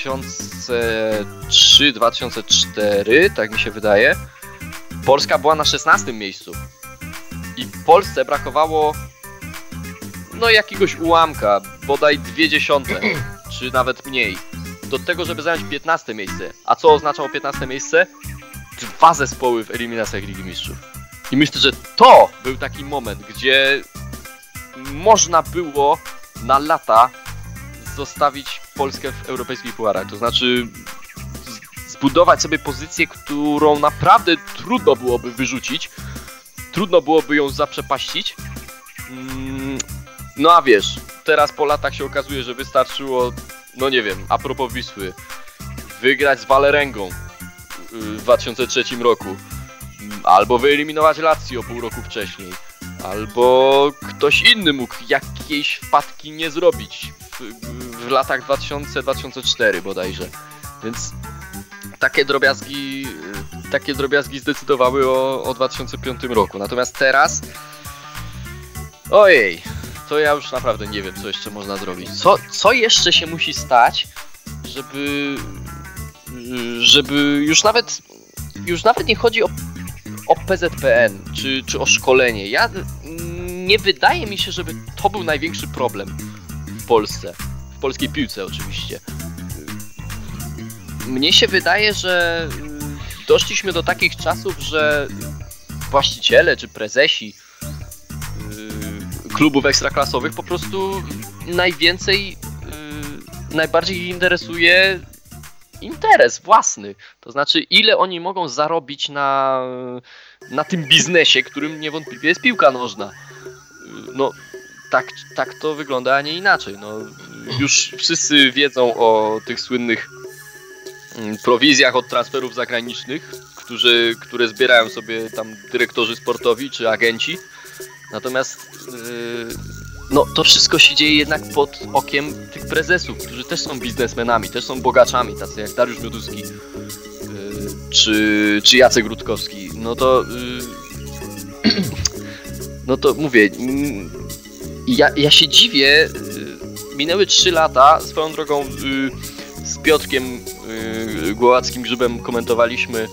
2003-2004, tak mi się wydaje, Polska była na 16 miejscu. I Polsce brakowało jakiegoś ułamka, bodaj 0,2, czy nawet mniej, do tego, żeby zająć 15 miejsce. A co oznaczało 15 miejsce? 2 zespoły w eliminacjach Ligi Mistrzów. I myślę, że to był taki moment, gdzie można było na lata zostawić Polskę w europejskich pucharach. To znaczy zbudować sobie pozycję, którą naprawdę trudno byłoby wyrzucić. Trudno byłoby ją zaprzepaścić. No a wiesz, teraz po latach się okazuje, że wystarczyło, no nie wiem, a propos Wisły, wygrać z Walerengą w 2003 roku. Albo wyeliminować Lazio pół roku wcześniej. Albo ktoś inny mógł jakiejś wpadki nie zrobić w latach 2000-2004 bodajże. Więc takie drobiazgi zdecydowały o 2005 roku. Natomiast teraz, ojej, to ja już naprawdę nie wiem, co jeszcze można zrobić. Co jeszcze się musi stać, żeby już nawet nie chodzi o PZPN czy o szkolenie. Nie wydaje mi się, żeby to był największy problem w Polsce, w polskiej piłce oczywiście. Mnie się wydaje, że doszliśmy do takich czasów, że właściciele czy prezesi klubów ekstraklasowych po prostu najbardziej interesuje interes własny. To znaczy, ile oni mogą zarobić na tym biznesie, którym niewątpliwie jest piłka nożna. No, tak to wygląda, a nie inaczej. No, już wszyscy wiedzą o tych słynnych prowizjach od transferów zagranicznych, które zbierają sobie tam dyrektorzy sportowi czy agenci. Natomiast to wszystko się dzieje jednak pod okiem tych prezesów, którzy też są biznesmenami, też są bogaczami, tacy jak Dariusz Mioduski czy Jacek Rutkowski. No to mówię, ja się dziwię, minęły 3 lata, swoją drogą z Piotrkiem Głowackim-Grzybem komentowaliśmy.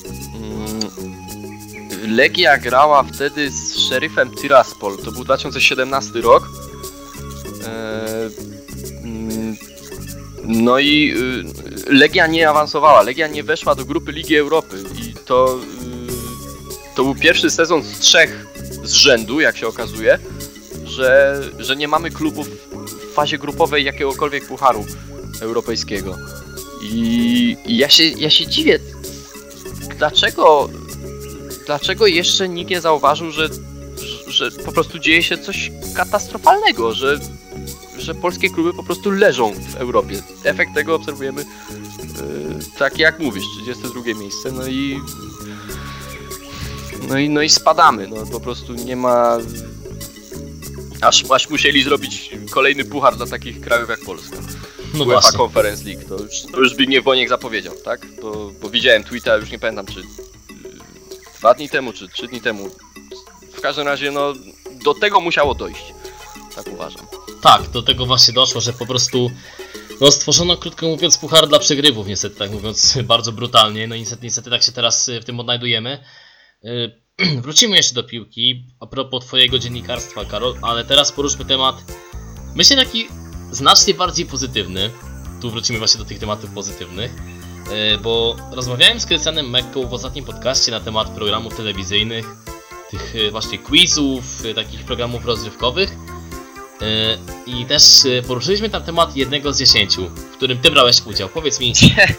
Legia grała wtedy z Sheriffem Tiraspol, to był 2017 rok. No i Legia nie awansowała, Legia nie weszła do grupy Ligi Europy i to był pierwszy sezon z 3 z rzędu, jak się okazuje, że nie mamy klubów w fazie grupowej jakiegokolwiek pucharu europejskiego. I ja się dziwię, dlaczego jeszcze nikt nie zauważył, że po prostu dzieje się coś katastrofalnego, że polskie kluby po prostu leżą w Europie. Efekt tego obserwujemy, tak jak mówisz, 32 miejsce, no i spadamy, no po prostu nie ma... Aż musieli zrobić kolejny puchar dla takich krajów jak Polska. No UEFA właśnie. Conference League, to już Zbigniew Boniek zapowiedział, tak? Bo widziałem tweeta, już nie pamiętam czy 2 dni temu, czy 3 dni temu. W każdym razie, do tego musiało dojść. Tak uważam. Tak, do tego właśnie doszło, że po prostu stworzono, krótko mówiąc, puchar dla przegrywów, niestety, tak mówiąc bardzo brutalnie. No niestety tak się teraz w tym odnajdujemy. Wrócimy jeszcze do piłki, a propos twojego dziennikarstwa, Karol, ale teraz poruszmy temat, myślę, taki znacznie bardziej pozytywny. Tu wrócimy właśnie do tych tematów pozytywnych, bo rozmawiałem z Krystianem Mekką w ostatnim podcaście na temat programów telewizyjnych, tych właśnie quizów, takich programów rozrywkowych. I też poruszyliśmy tam temat 1 z 10, w którym ty brałeś udział. Powiedz mi...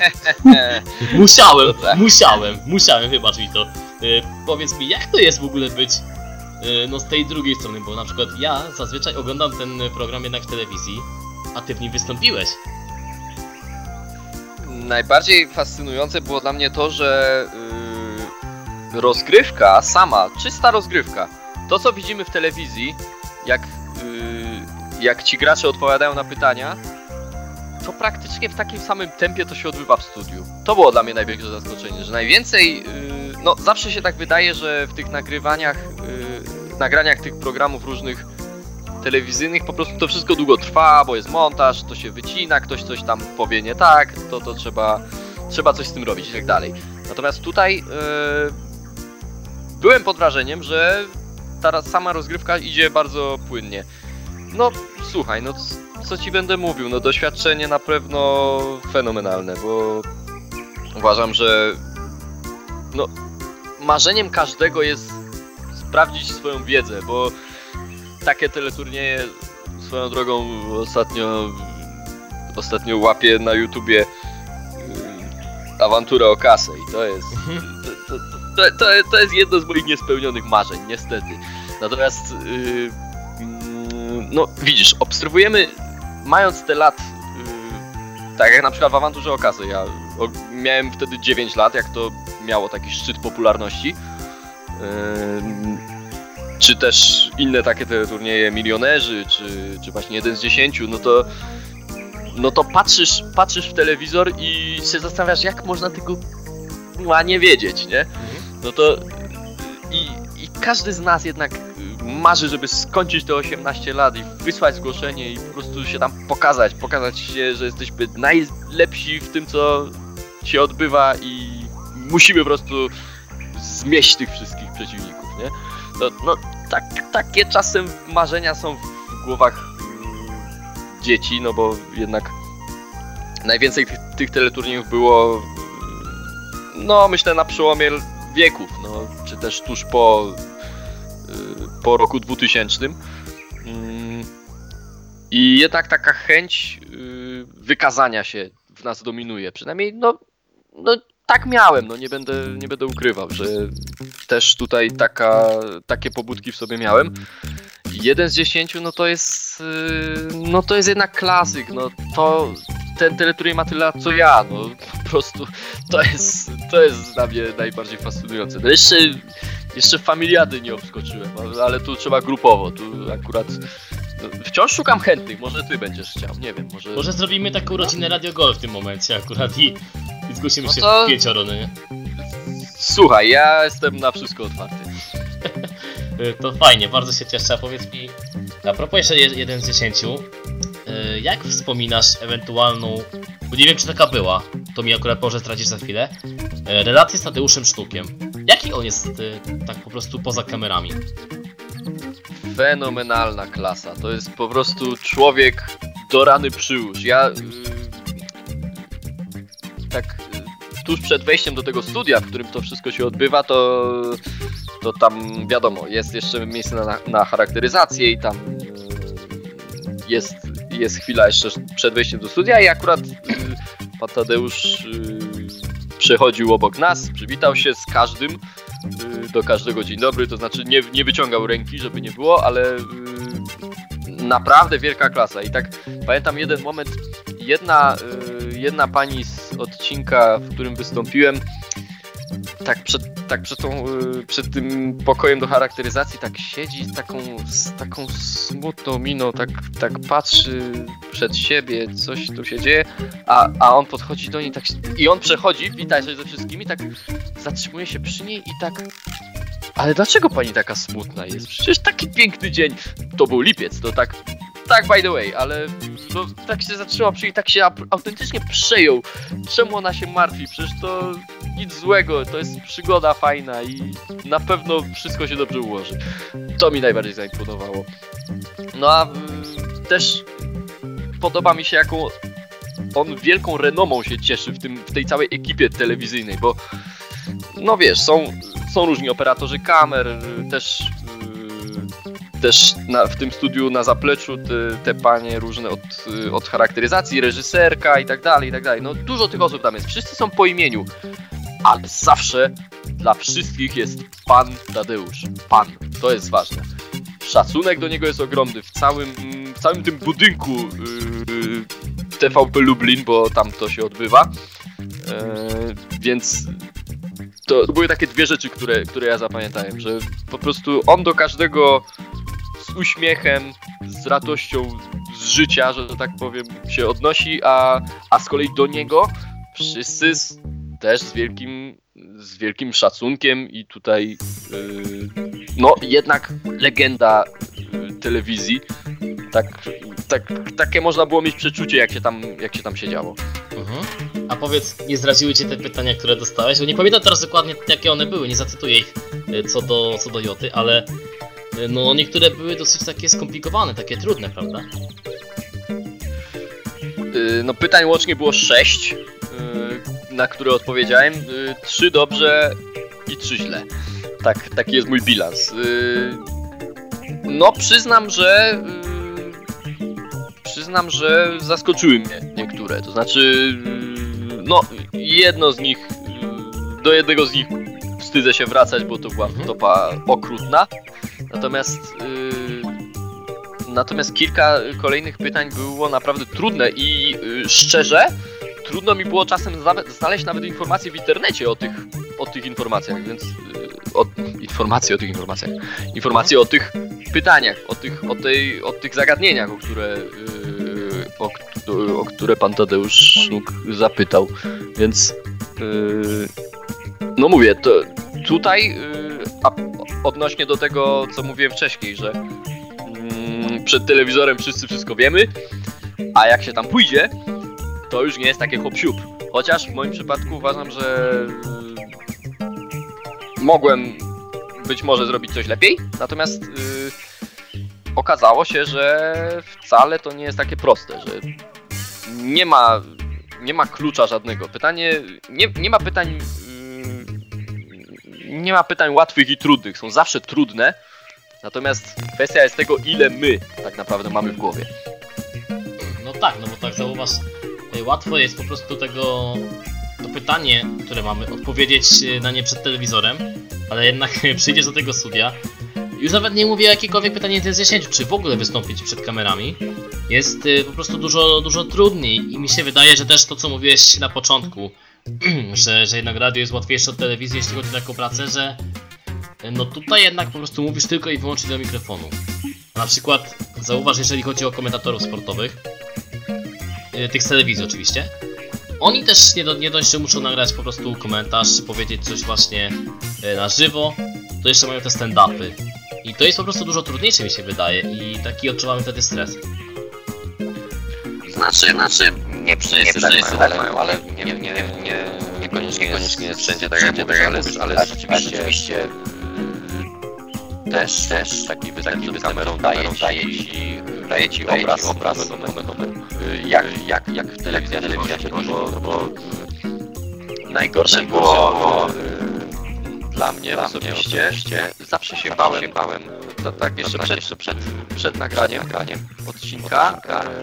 Musiałem, wybacz mi to. Powiedz mi, jak to jest w ogóle być no z tej drugiej strony, bo na przykład ja zazwyczaj oglądam ten program jednak w telewizji, a ty w nim wystąpiłeś. Najbardziej fascynujące było dla mnie to, że rozgrywka sama, czysta rozgrywka, to co widzimy w telewizji, jak ci gracze odpowiadają na pytania, to praktycznie w takim samym tempie to się odbywa w studiu. To było dla mnie największe zaskoczenie, że najwięcej, no zawsze się tak wydaje, że w tych nagraniach tych programów różnych telewizyjnych po prostu to wszystko długo trwa, bo jest montaż, to się wycina, ktoś coś tam powie nie tak, to trzeba coś z tym robić i tak dalej. Natomiast tutaj byłem pod wrażeniem, że ta sama rozgrywka idzie bardzo płynnie. No słuchaj, no co ci będę mówił, no doświadczenie na pewno fenomenalne, bo uważam, że no marzeniem każdego jest sprawdzić swoją wiedzę, bo takie teleturnieje swoją drogą ostatnio łapię na YouTubie awanturę o kasę i to jest jedno z moich niespełnionych marzeń, niestety. Natomiast no widzisz, obserwujemy, mając te lat, tak jak na przykład w awanturze o kasę, ja miałem wtedy 9 lat, jak to miało taki szczyt popularności, czy też inne takie turnieje Milionerzy, czy właśnie 1 z 10, no to patrzysz w telewizor i się zastanawiasz, jak można tego nie wiedzieć, nie? No to i każdy z nas jednak marzy, żeby skończyć te 18 lat i wysłać zgłoszenie i po prostu się tam pokazać się, że jesteśmy najlepsi w tym, co się odbywa i musimy po prostu zmieść tych wszystkich przeciwników, nie? No takie czasem marzenia są w głowach dzieci, no bo jednak najwięcej tych teleturniejów było, no myślę, na przełomie wieków, no, czy też tuż po roku 2000. I jednak taka chęć wykazania się w nas dominuje, przynajmniej no tak miałem, no nie będę ukrywał, że też tutaj takie pobudki w sobie miałem. 1 z 10, no to jest jednak klasyk, no ten teleturniej ma tyle lat co ja, no po prostu to jest dla mnie najbardziej fascynujące. No jeszcze familiady nie obskoczyłem, ale tu trzeba grupowo, tu akurat wciąż szukam chętnych, może ty będziesz chciał, nie wiem, Może zrobimy taką rodzinę Radio Gol w tym momencie akurat i zgłosimy się to... w 5, nie? Słuchaj, ja jestem na wszystko otwarty. To fajnie, bardzo się cieszę. A powiedz mi, a propos jeszcze 1 z 10, jak wspominasz ewentualną, bo nie wiem czy taka była, to mi akurat może zdradzisz za chwilę, relację z Tadeuszem Sztukiem. Jaki on jest tak po prostu poza kamerami? Fenomenalna klasa, to jest po prostu człowiek do rany przyłóż. Ja tak tuż przed wejściem do tego studia, w którym to wszystko się odbywa, to tam wiadomo, jest jeszcze miejsce na charakteryzację i tam jest chwila jeszcze przed wejściem do studia i akurat pan Tadeusz przechodził obok nas, przywitał się z każdym, do każdego dzień dobry, to znaczy nie wyciągał ręki, żeby nie było, ale naprawdę wielka klasa. I tak pamiętam jeden moment, jedna pani z odcinka, w którym wystąpiłem, przed tym pokojem do charakteryzacji tak siedzi z taką smutną miną, tak patrzy przed siebie, coś tu się dzieje, a on podchodzi do niej i on przechodzi, wita się ze wszystkimi, tak zatrzymuje się przy niej i tak... Ale dlaczego pani taka smutna jest? Przecież taki piękny dzień. To był lipiec, to tak by the way, ale no, tak się zatrzymał przy niej, tak się autentycznie przejął. Czemu ona się martwi? Przecież to nic złego, to jest przygoda fajna i na pewno wszystko się dobrze ułoży. To mi najbardziej zaimponowało. No a też podoba mi się, jaką on wielką renomą się cieszy w tej całej ekipie telewizyjnej, bo no wiesz, są różni operatorzy kamer, też też w tym studiu na zapleczu te panie różne od charakteryzacji, reżyserka i tak dalej, no dużo tych osób tam jest, wszyscy są po imieniu, ale zawsze dla wszystkich jest pan Tadeusz, pan, to jest ważne. Szacunek do niego jest ogromny w całym tym budynku TVP Lublin, bo tam to się odbywa, więc to były takie dwie rzeczy, które ja zapamiętałem, że po prostu on do każdego z uśmiechem, z radością z życia, że tak powiem, się odnosi, a z kolei do niego wszyscy też z wielkim szacunkiem i tutaj no jednak legenda telewizji, takie można było mieć przeczucie, jak się tam siedziało. A powiedz, nie zdradziły cię te pytania, które dostałeś? Bo nie pamiętam teraz dokładnie, jakie one były, nie zacytuję ich co do Joty, ale no niektóre były dosyć takie skomplikowane, takie trudne, prawda? No pytań łącznie było 6, na które odpowiedziałem. 3 dobrze i 3 źle. Taki jest mój bilans. No przyznam, że zaskoczyły mnie niektóre. To znaczy, no jedno z nich, do jednego z nich wstydzę się wracać, bo to była topa okrutna. Natomiast kilka kolejnych pytań było naprawdę trudne i szczerze trudno mi było czasem znaleźć nawet informacje w internecie o tych informacjach, więc informacje o tych pytaniach, o tych zagadnieniach, o które pan Tadeusz Sznuk zapytał, więc no mówię, to tutaj odnośnie do tego, co mówiłem wcześniej, że przed telewizorem wszyscy wszystko wiemy, a jak się tam pójdzie, to już nie jest takie hop-siup. Chociaż w moim przypadku uważam, że mogłem być może zrobić coś lepiej, natomiast okazało się, że wcale to nie jest takie proste, że nie ma klucza żadnego. Nie ma pytań łatwych i trudnych, są zawsze trudne, natomiast kwestia jest tego, ile my tak naprawdę mamy w głowie. No tak, no bo tak zauważ, łatwo jest po prostu to pytanie, które mamy, odpowiedzieć na nie przed telewizorem, ale jednak przyjdziesz do tego studia. Już nawet nie mówię o jakiekolwiek pytanie z 10, czy w ogóle wystąpić przed kamerami. Jest po prostu dużo trudniej i mi się wydaje, że też to, co mówiłeś na początku, że jednak radio jest łatwiejsze od telewizji, jeśli chodzi o taką pracę, że no tutaj jednak po prostu mówisz tylko i wyłącznie do mikrofonu. Na przykład zauważ, jeżeli chodzi o komentatorów sportowych, tych z telewizji oczywiście, oni też nie dość, że muszą nagrać po prostu komentarz, powiedzieć coś właśnie na żywo, to jeszcze mają te stand-upy. I to jest po prostu dużo trudniejsze, mi się wydaje, i taki odczuwamy wtedy stres. Znaczy, nie wszyscy tak mają, ale niekoniecznie jest wszędzie tak jak mówisz, ale rzeczywiście też taki występ z kamerą daje ci obraz jak telewizja się bo najgorsze było dla mnie osobiście, zawsze się bałem, tak jeszcze przed nagraniem odcinka,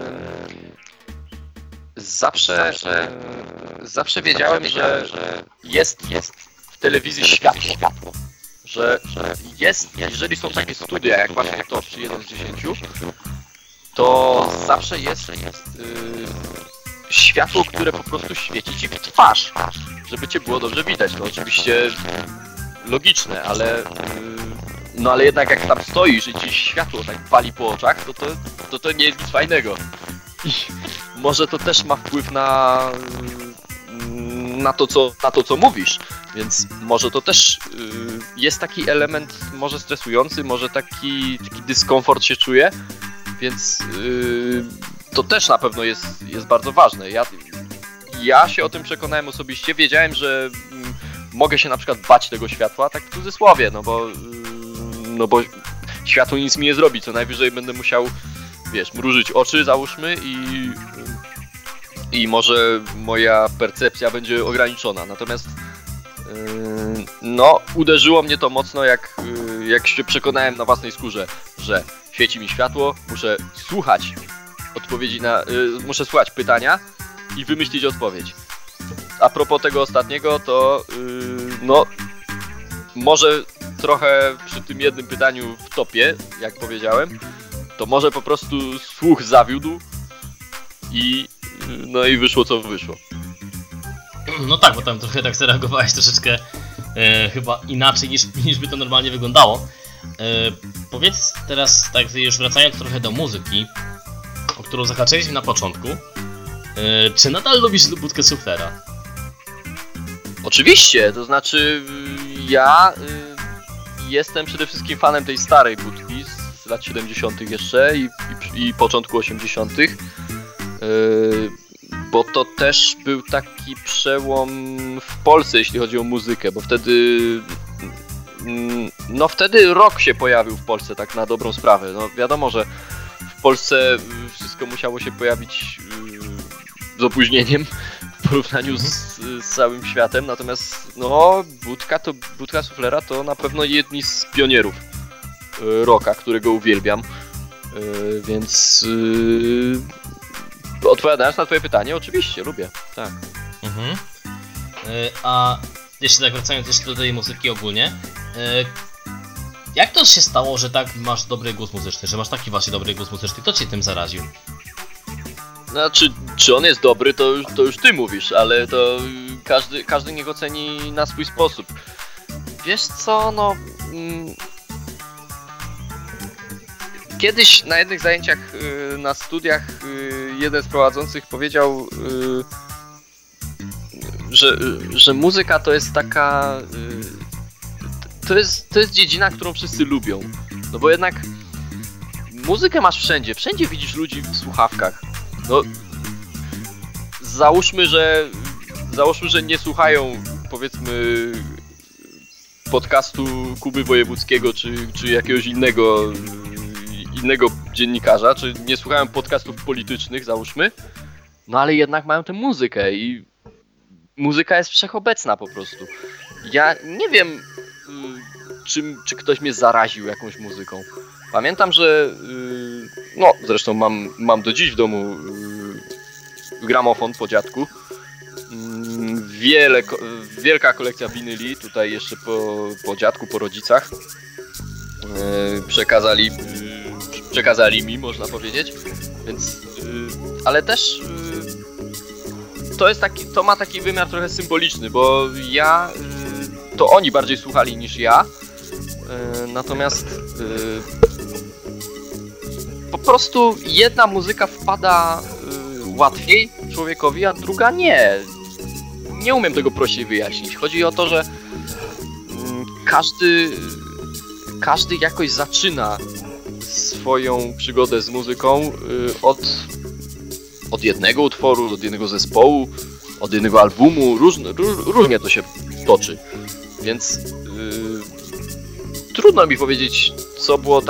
zawsze wiedziałem, że jest w telewizji światło, że jest, jeżeli są takie studia jak właśnie to, czy 1 z 10, to zawsze jest światło, które po prostu świeci ci w twarz, żeby cię było dobrze widać. No oczywiście logiczne, ale jednak jak tam stoisz i ci światło tak pali po oczach, to nie jest nic fajnego. I może to też ma wpływ na to, co mówisz, więc może to też jest taki element może stresujący, może taki dyskomfort się czuje, więc to też na pewno jest bardzo ważne. Ja się o tym przekonałem osobiście, wiedziałem, że mogę się na przykład bać tego światła, tak w cudzysłowie, no bo światło nic mi nie zrobi, co najwyżej będę musiał, mrużyć oczy, załóżmy, i może moja percepcja będzie ograniczona, natomiast uderzyło mnie to mocno, jak jak się przekonałem na własnej skórze, że świeci mi światło, muszę słuchać odpowiedzi muszę słuchać pytania i wymyślić odpowiedź. A propos tego ostatniego, to no może trochę przy tym jednym pytaniu w topie, jak powiedziałem, to może po prostu słuch zawiódł i no i wyszło co wyszło. No tak, bo tam trochę tak zareagowałeś troszeczkę chyba inaczej niż by to normalnie wyglądało. Powiedz teraz, tak już wracając trochę do muzyki, o którą zahaczyliśmy na początku, czy nadal lubisz budkę suflera? Oczywiście, to znaczy ja jestem przede wszystkim fanem tej starej budki z lat 70. jeszcze i początku 80. Bo to też był taki przełom w Polsce, jeśli chodzi o muzykę, bo wtedy rock się pojawił w Polsce, tak na dobrą sprawę. No wiadomo, że w Polsce wszystko musiało się pojawić z opóźnieniem w porównaniu z całym światem, natomiast no budka suflera to na pewno jedni z pionierów rocka, którego uwielbiam, więc odpowiadając na twoje pytanie, oczywiście, lubię, tak. A jeszcze tak wracając jeszcze do tej muzyki ogólnie, jak to się stało, że tak masz dobry głos muzyczny, że masz taki właśnie dobry głos muzyczny? Kto cię tym zaraził? Znaczy, czy on jest dobry, to już ty mówisz, ale to każdy niech oceni na swój sposób. Wiesz co, no... Kiedyś na jednych zajęciach na studiach jeden z prowadzących powiedział, że muzyka to jest taka... To jest dziedzina, którą wszyscy lubią. No bo jednak muzykę masz wszędzie. Wszędzie widzisz ludzi w słuchawkach. No, załóżmy, że nie słuchają, powiedzmy, podcastu Kuby Wojewódzkiego czy jakiegoś innego dziennikarza, czy nie słuchają podcastów politycznych, załóżmy, no ale jednak mają tę muzykę i muzyka jest wszechobecna po prostu. Ja nie wiem, czy ktoś mnie zaraził jakąś muzyką. Pamiętam, że no zresztą mam do dziś w domu gramofon po dziadku. Wielka kolekcja winyli, tutaj jeszcze po dziadku, po rodzicach. Przekazali mi, można powiedzieć. Więc ale też to ma taki wymiar trochę symboliczny, bo to oni bardziej słuchali niż ja. Natomiast po prostu jedna muzyka wpada łatwiej człowiekowi, a druga nie. Nie umiem tego prościej wyjaśnić. Chodzi o to, że każdy jakoś zaczyna swoją przygodę z muzyką od jednego utworu, od jednego zespołu, od jednego albumu. Różnie to się toczy. Więc trudno mi powiedzieć, co było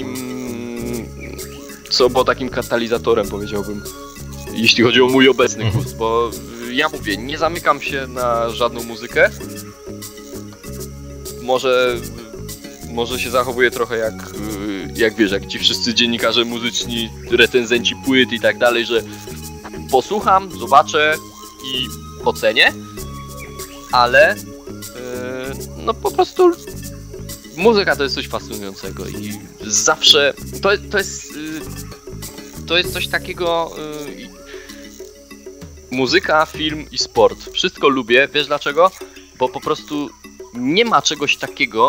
takim katalizatorem, powiedziałbym, jeśli chodzi o mój obecny gust, bo ja mówię, nie zamykam się na żadną muzykę. Może się zachowuję trochę jak wiesz, jak ci wszyscy dziennikarze muzyczni, recenzenci płyt i tak dalej, że posłucham, zobaczę i ocenię, ale no po prostu muzyka to jest coś fascynującego i zawsze to jest coś takiego. Muzyka, film i sport. Wszystko lubię. Wiesz dlaczego? Bo po prostu nie ma czegoś takiego.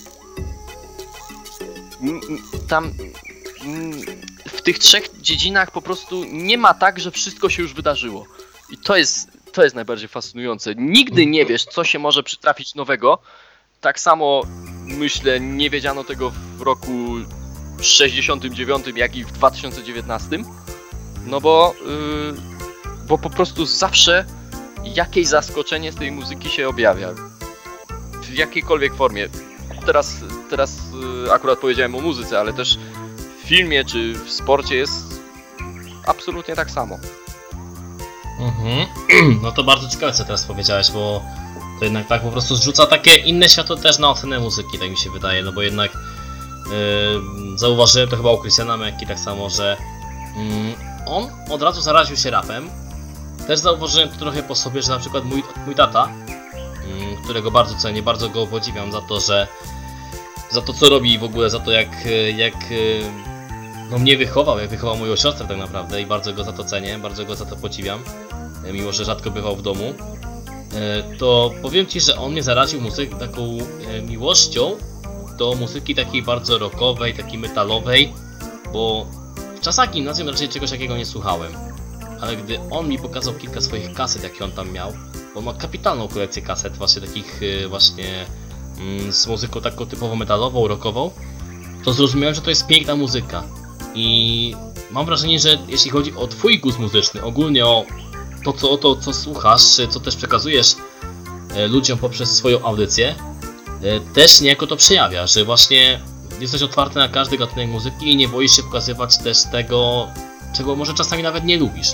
Tam w tych trzech dziedzinach po prostu nie ma tak, że wszystko się już wydarzyło. I to jest najbardziej fascynujące. Nigdy nie wiesz, co się może przytrafić nowego. Tak samo, myślę, nie wiedziano tego w roku 69, jak i w 2019. No bo po prostu zawsze jakieś zaskoczenie z tej muzyki się objawia. W jakiejkolwiek formie. Teraz akurat powiedziałem o muzyce, ale też w filmie czy w sporcie jest absolutnie tak samo. No to bardzo ciekawe, co teraz powiedziałeś, bo To jednak tak po prostu zrzuca takie inne światło też na ocenę muzyki, tak mi się wydaje, no bo jednak zauważyłem to chyba u Christiana Mekki tak samo, że on od razu zaraził się rapem. Też zauważyłem to trochę po sobie, że na przykład mój tata, którego bardzo cenię, bardzo go podziwiam za to, że za to co robi i w ogóle za to jak no mnie wychował, jak wychował moją siostrę tak naprawdę i bardzo go za to cenię, bardzo go za to podziwiam, mimo że rzadko bywał w domu. To powiem Ci, że on mnie zaraził taką miłością do muzyki takiej bardzo rockowej, takiej metalowej, bo w czasach gimnazjum raczej czegoś takiego nie słuchałem. Ale gdy on mi pokazał kilka swoich kaset, jakie on tam miał, bo on ma kapitalną kolekcję kaset, właśnie takich właśnie z muzyką taką typowo metalową, rockową, to zrozumiałem, że to jest piękna muzyka. I mam wrażenie, że jeśli chodzi o Twój gust muzyczny, ogólnie o to, co słuchasz, co też przekazujesz ludziom poprzez swoją audycję, też niejako to przejawia, że właśnie jesteś otwarty na każdy gatunek muzyki i nie boisz się pokazywać też tego, czego może czasami nawet nie lubisz.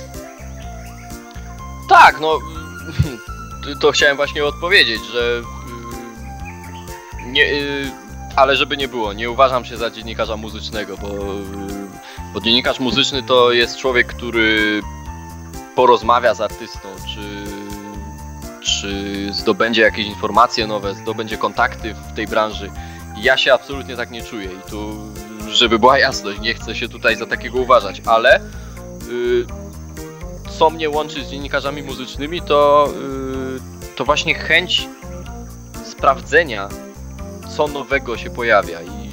Tak, no to chciałem właśnie odpowiedzieć, że nie, ale żeby nie było, nie uważam się za dziennikarza muzycznego, bo dziennikarz muzyczny to jest człowiek, który porozmawia z artystą, czy zdobędzie jakieś informacje nowe, zdobędzie kontakty w tej branży. Ja się absolutnie tak nie czuję i tu, żeby była jasność, nie chcę się tutaj za takiego uważać, ale co mnie łączy z dziennikarzami muzycznymi, to właśnie chęć sprawdzenia, co nowego się pojawia i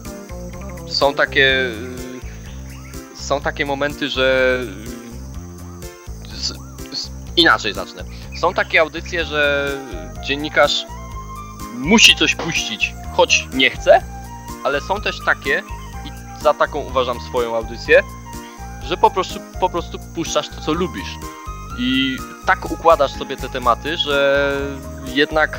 są takie momenty, że inaczej zacznę. Są takie audycje, że dziennikarz musi coś puścić, choć nie chce, ale są też takie, i za taką uważam swoją audycję, że po prostu puszczasz to, co lubisz. I tak układasz sobie te tematy, że jednak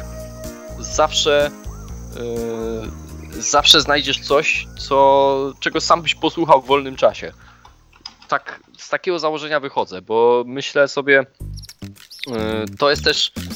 zawsze znajdziesz coś, czego sam byś posłuchał w wolnym czasie. Tak, z takiego założenia wychodzę, bo myślę sobie, to jest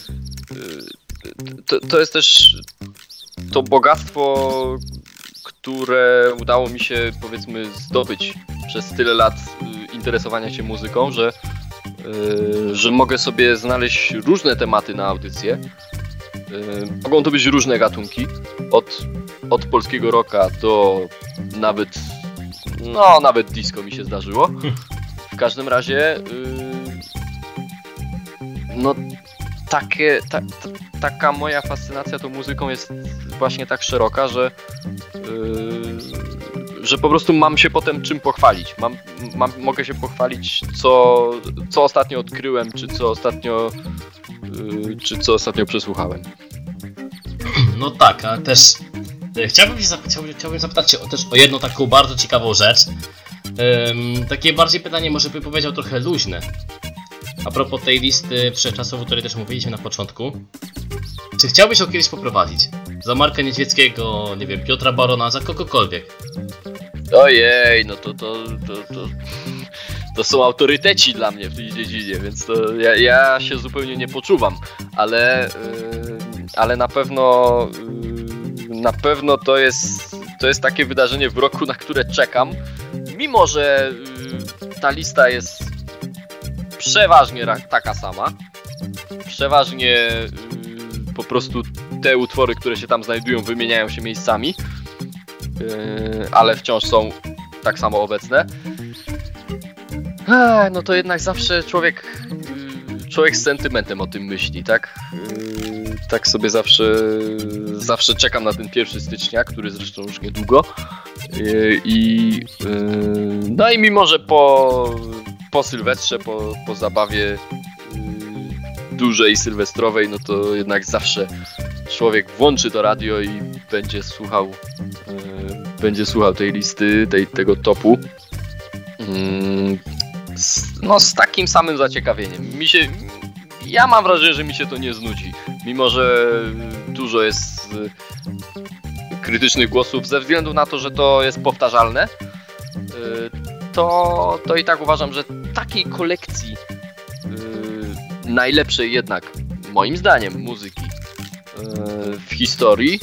też to bogactwo, które udało mi się, powiedzmy, zdobyć przez tyle lat interesowania się muzyką, że mogę sobie znaleźć różne tematy na audycję. Mogą to być różne gatunki, od polskiego rocka do nawet disco mi się zdarzyło. W każdym razie taka moja fascynacja tą muzyką jest właśnie tak szeroka, że po prostu mam się potem czym pochwalić. Mogę się pochwalić, co ostatnio odkryłem, czy co ostatnio przesłuchałem. No tak, ale też chciałbym zapytać Cię też o jedną taką bardzo ciekawą rzecz. Takie bardziej pytanie, może bym powiedział trochę luźne. A propos tej listy wszechczasowej, o której też mówiliśmy na początku. Czy chciałbyś ją kiedyś poprowadzić? Za Marka Niedźwieckiego, nie wiem, Piotra Barona, za kogokolwiek. Ojej, no to są autoryteci dla mnie w tej dziedzinie, więc to ja się zupełnie nie poczuwam, ale na pewno to jest takie wydarzenie w roku, na które czekam, mimo że ta lista jest przeważnie taka sama, przeważnie po prostu te utwory, które się tam znajdują, wymieniają się miejscami, ale wciąż są tak samo obecne. No to jednak zawsze człowiek z sentymentem o tym myśli, tak? Tak sobie zawsze czekam na ten 1 stycznia, który zresztą już niedługo. No i mimo, że po Sylwestrze, po zabawie dużej sylwestrowej, no to jednak zawsze człowiek włączy to radio i będzie słuchał tej listy, tego topu. Z takim samym zaciekawieniem. Ja mam wrażenie, że mi się to nie znudzi. Mimo, że dużo jest krytycznych głosów ze względu na to, że to jest powtarzalne, to i tak uważam, że takiej kolekcji najlepszej jednak, moim zdaniem, muzyki w historii,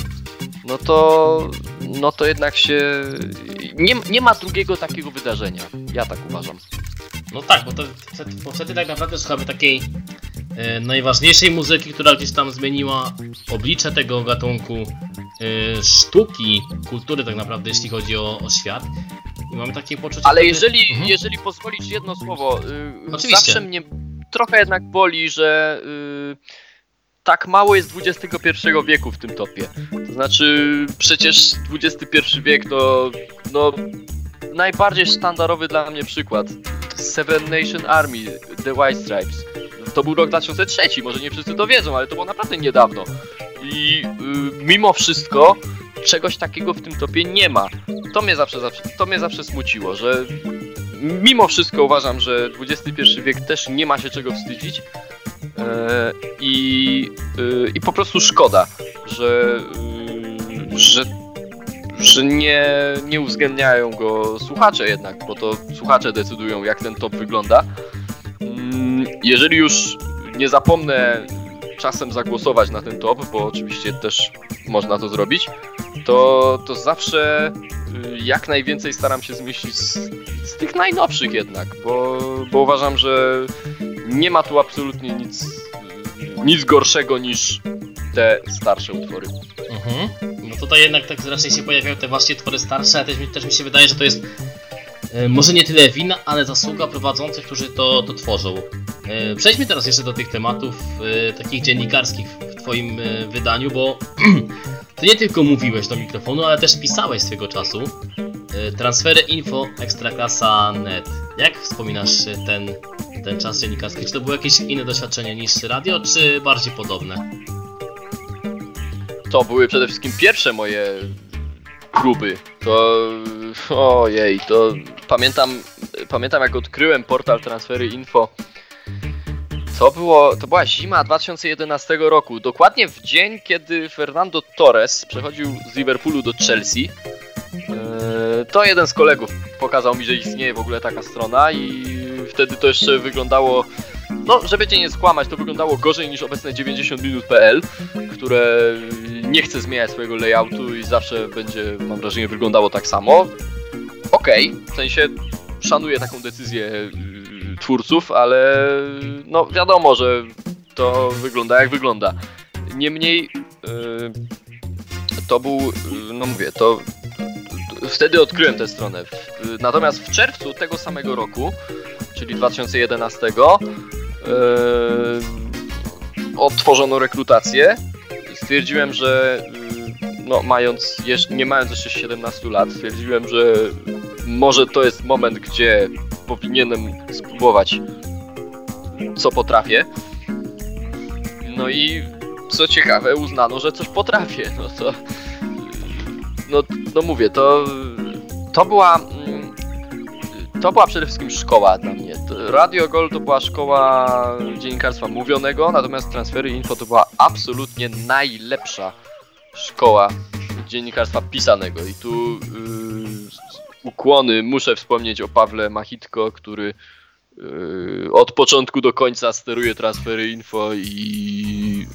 no to jednak się nie ma drugiego takiego wydarzenia. Ja tak uważam. No tak, bo wtedy tak naprawdę słuchamy takiej najważniejszej muzyki, która gdzieś tam zmieniła oblicze tego gatunku, sztuki, kultury tak naprawdę, jeśli chodzi o świat. I mamy takie poczucie... Ale wtedy... jeżeli pozwolisz jedno słowo, Oczywiście. zawsze mnie trochę jednak boli, że tak mało jest XXI wieku w tym topie. To znaczy, przecież XXI wiek to najbardziej sztandarowy dla mnie przykład. Seven Nation Army, The White Stripes. To był rok 2003, może nie wszyscy to wiedzą, ale to było naprawdę niedawno. I mimo wszystko czegoś takiego w tym topie nie ma. To mnie zawsze smuciło, że mimo wszystko uważam, że XXI wiek też nie ma się czego wstydzić. I po prostu szkoda, że nie uwzględniają go słuchacze jednak, bo to słuchacze decydują, jak ten top wygląda. Jeżeli już nie zapomnę czasem zagłosować na ten top, bo oczywiście też można to zrobić, to zawsze jak najwięcej staram się zmieścić z tych najnowszych jednak, bo uważam, że nie ma tu absolutnie nic gorszego niż te starsze utwory. No tutaj jednak tak raczej się pojawiają te właśnie utwory starsze, ale też mi się wydaje, że to jest może nie tyle wina, ale zasługa prowadzących, którzy to tworzą. Przejdźmy teraz jeszcze do tych tematów takich dziennikarskich w twoim wydaniu, bo ty nie tylko mówiłeś do mikrofonu, ale też pisałeś swego czasu transfery info Ekstraklasa.net. Jak wspominasz ten czas dziennikarski? Czy to było jakieś inne doświadczenie niż radio, czy bardziej podobne? To były przede wszystkim pierwsze moje próby. Pamiętam jak odkryłem portal Transfery Info. To była zima 2011 roku. Dokładnie w dzień, kiedy Fernando Torres przechodził z Liverpoolu do Chelsea. To jeden z kolegów pokazał mi, że istnieje w ogóle taka strona i wtedy to jeszcze wyglądało, żeby cię nie skłamać, to wyglądało gorzej niż obecne 90minut.pl, które nie chce zmieniać swojego layoutu i zawsze będzie, mam wrażenie, wyglądało tak samo. Okej, w sensie szanuję taką decyzję twórców, ale wiadomo, że to wygląda jak wygląda. Niemniej to był, wtedy odkryłem tę stronę. Natomiast w czerwcu tego samego roku, czyli 2011, otworzono rekrutację. Stwierdziłem, że nie mając jeszcze 17 lat, stwierdziłem, że może to jest moment, gdzie powinienem spróbować, co potrafię. No i co ciekawe, uznano, że coś potrafię. Mówię, to była przede wszystkim szkoła dla mnie. Radio Gol to była szkoła dziennikarstwa mówionego, natomiast Transfery Info to była absolutnie najlepsza szkoła dziennikarstwa pisanego. I tu ukłony, muszę wspomnieć o Pawle Machitko, który od początku do końca steruje Transfery Info i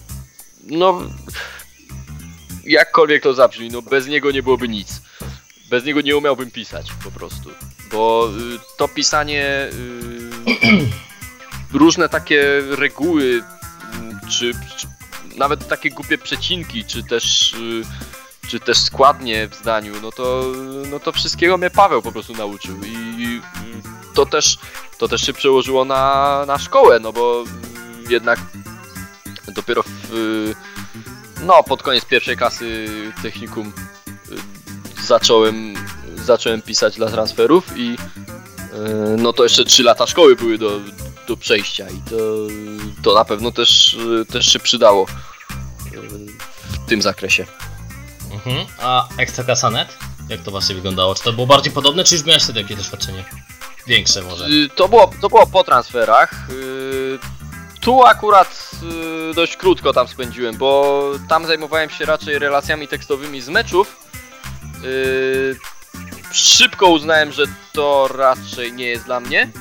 jakkolwiek to zabrzmi, bez niego nie byłoby nic. Bez niego nie umiałbym pisać po prostu, bo to pisanie, różne takie reguły, czy nawet takie głupie przecinki, czy też składnie w zdaniu, to wszystkiego mnie Paweł po prostu nauczył i to też się przełożyło na szkołę, bo jednak dopiero pod koniec pierwszej klasy technikum zacząłem pisać dla transferów i to jeszcze 3 lata szkoły były do przejścia i to na pewno też się przydało w tym zakresie. A Ekstraklasa.net? Jak to właśnie wyglądało? Czy to było bardziej podobne, czy już miałeś wtedy jakieś doświadczenie? Większe może? To było po transferach. Tu akurat dość krótko tam spędziłem, bo tam zajmowałem się raczej relacjami tekstowymi z meczów. Szybko uznałem, że to raczej nie jest dla mnie.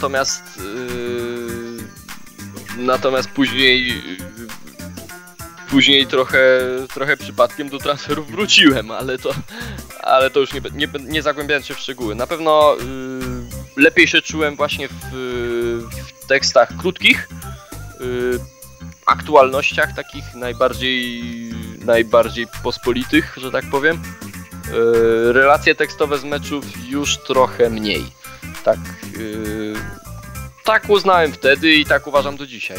Natomiast później Później trochę przypadkiem do transferów wróciłem, ale to już nie zagłębiając się w szczegóły. Na pewno lepiej się czułem właśnie w tekstach krótkich, aktualnościach takich najbardziej pospolitych, że tak powiem. Relacje tekstowe z meczów już trochę mniej. Tak uznałem wtedy i tak uważam do dzisiaj.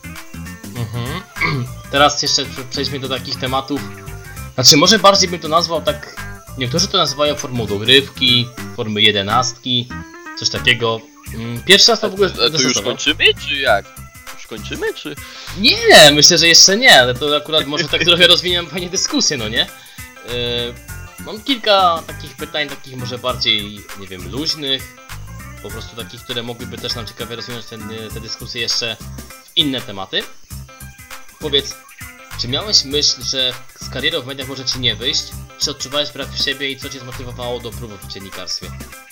Teraz jeszcze przejdźmy do takich tematów. Znaczy, może bardziej bym to nazwał tak. Niektórzy to nazywają formą dogrywki, formy 11, coś takiego. Pierwszy raz to w ogóle. To już kończymy, czy jak? Już kończymy, czy? Nie, myślę, że jeszcze nie, ale to akurat może tak trochę rozwiniemy fajnie dyskusję, no nie? Mam kilka takich pytań, takich może bardziej, nie wiem, luźnych. Po prostu takich, które mogłyby też nam ciekawie rozwinąć te dyskusje jeszcze w inne tematy. Powiedz, czy miałeś myśl, że z karierą w mediach może ci nie wyjść? Czy odczuwałeś brak w siebie i co cię zmotywowało do próby w dziennikarstwie?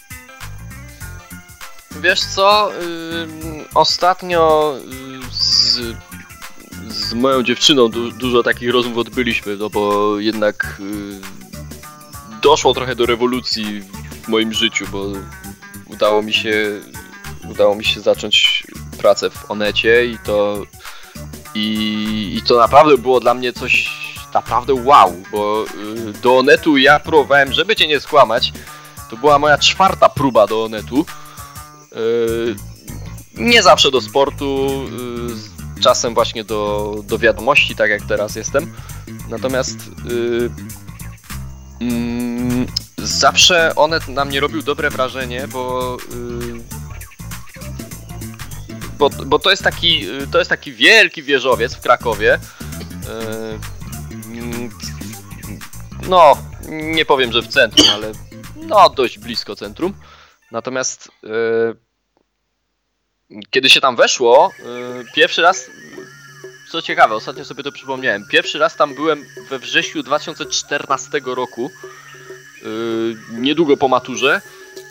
Wiesz co, ostatnio z moją dziewczyną dużo takich rozmów odbyliśmy, no bo jednak doszło trochę do rewolucji w moim życiu, bo udało mi się zacząć pracę w Onecie i to naprawdę było dla mnie coś naprawdę wow, bo do Onetu ja próbowałem, żeby cię nie skłamać, to była moja 4. próba do Onetu. Nie zawsze do sportu, czasem właśnie do wiadomości, tak jak teraz jestem. Natomiast zawsze Onet na mnie robił dobre wrażenie, bo to jest taki wielki wieżowiec w Krakowie. No, nie powiem, że w centrum, ale no dość blisko centrum. Natomiast kiedy się tam weszło, pierwszy raz, co ciekawe, ostatnio sobie to przypomniałem, pierwszy raz tam byłem we wrześniu 2014 roku, niedługo po maturze.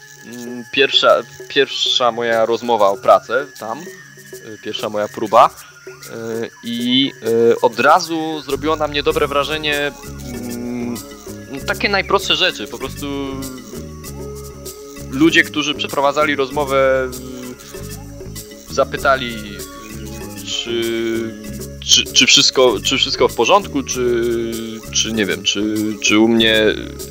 Pierwsza moja rozmowa o pracę tam, pierwsza moja próba i od razu zrobiło na mnie dobre wrażenie takie najprostsze rzeczy, po prostu ludzie, którzy przeprowadzali rozmowę, zapytali czy wszystko w porządku, czy nie wiem, czy u mnie.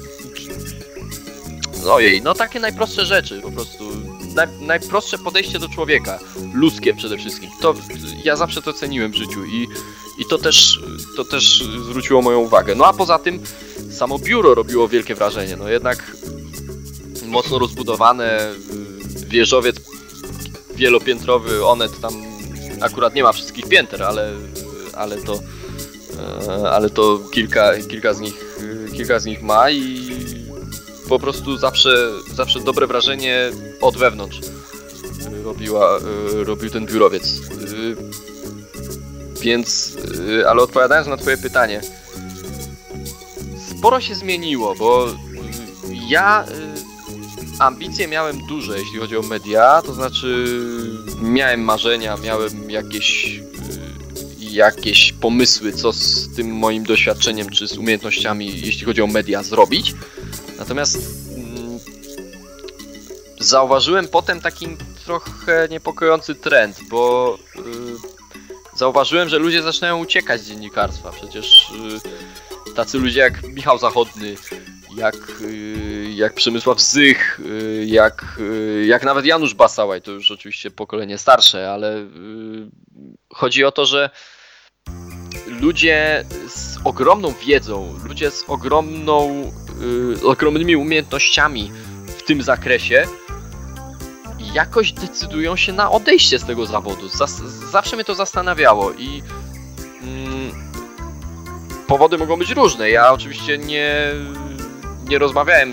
Ojej, no takie najprostsze rzeczy, po prostu najprostsze podejście do człowieka, ludzkie przede wszystkim. To ja zawsze to ceniłem w życiu i to też zwróciło moją uwagę. No a poza tym samo biuro robiło wielkie wrażenie, no jednak mocno rozbudowane, wieżowiec wielopiętrowy, Onet tam akurat nie ma wszystkich pięter, ale to kilka z nich ma i po prostu zawsze dobre wrażenie od wewnątrz robił ten biurowiec. Więc, ale odpowiadając na twoje pytanie, sporo się zmieniło, bo ja ambicje miałem duże, jeśli chodzi o media, to znaczy miałem marzenia, miałem jakieś pomysły, co z tym moim doświadczeniem, czy z umiejętnościami, jeśli chodzi o media, zrobić. Natomiast zauważyłem potem taki trochę niepokojący trend, bo zauważyłem, że ludzie zaczynają uciekać z dziennikarstwa. Przecież tacy ludzie jak Michał Zachodny, jak Przemysław Zych, jak nawet Janusz Basałaj, to już oczywiście pokolenie starsze, ale chodzi o to, że ludzie z ogromną wiedzą, ludzie z ogromnymi umiejętnościami w tym zakresie jakoś decydują się na odejście z tego zawodu. Zawsze mnie to zastanawiało i powody mogą być różne. Ja oczywiście nie rozmawiałem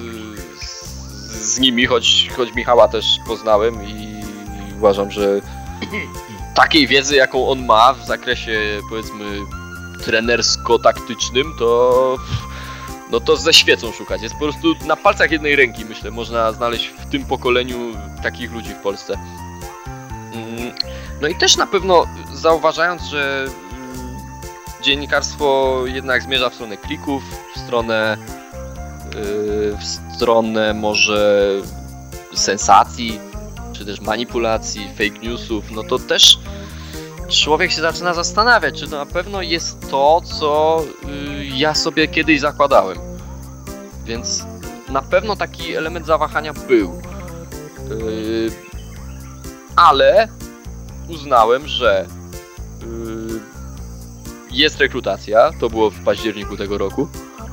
z nimi, choć Michała też poznałem i uważam, że takiej wiedzy, jaką on ma w zakresie, powiedzmy, trenersko-taktycznym, to ze świecą szukać. Jest po prostu na palcach jednej ręki, myślę, można znaleźć w tym pokoleniu takich ludzi w Polsce. No i też na pewno zauważając, dziennikarstwo jednak zmierza w stronę klików, w stronę może sensacji, czy też manipulacji, fake newsów, no to też człowiek się zaczyna zastanawiać, czy to na pewno jest to, co ja sobie kiedyś zakładałem. Więc na pewno taki element zawahania był. Ale uznałem, że jest rekrutacja, to było w październiku tego roku.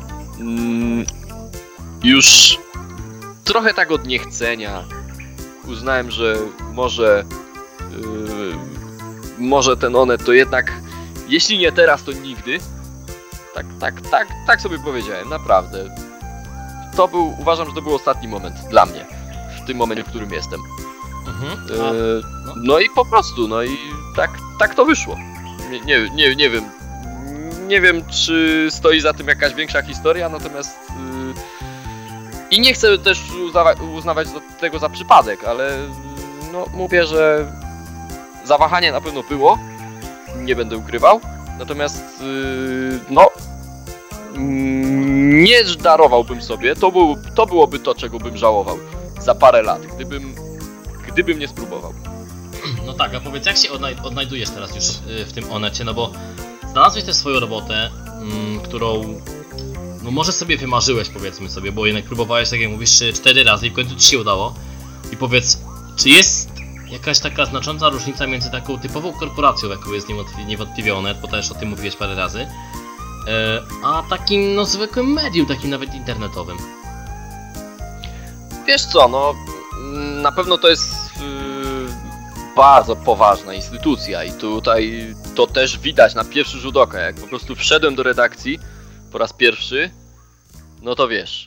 Już trochę tak od niechcenia uznałem, że może ten Onet to jednak, jeśli nie teraz, to nigdy. Tak sobie powiedziałem, naprawdę. Uważam, że to był ostatni moment dla mnie, w tym momencie, w którym jestem. No i po prostu, no i tak to wyszło. Nie wiem, czy stoi za tym jakaś większa historia, natomiast i nie chcę też uznawać tego za przypadek, ale no mówię, że zawahanie na pewno było, nie będę ukrywał, natomiast no nie darowałbym sobie, to byłoby to, czego bym żałował za parę lat, gdybym nie spróbował. No tak, a powiedz, jak się odnajdujesz teraz już w tym Onecie, no bo znalazłeś też swoją robotę, którą no może sobie wymarzyłeś, powiedzmy sobie, bo jednak próbowałeś, tak jak mówisz, 4 razy i w końcu ci się udało. I powiedz, czy jest jakaś taka znacząca różnica między taką typową korporacją, jaką jest niewątpliwie Onet, bo też o tym mówiłeś parę razy, a takim no zwykłym medium, takim nawet internetowym? Wiesz co, no na pewno to jest bardzo poważna instytucja i tutaj to też widać na pierwszy rzut oka, jak po prostu wszedłem do redakcji po raz pierwszy, no to wiesz,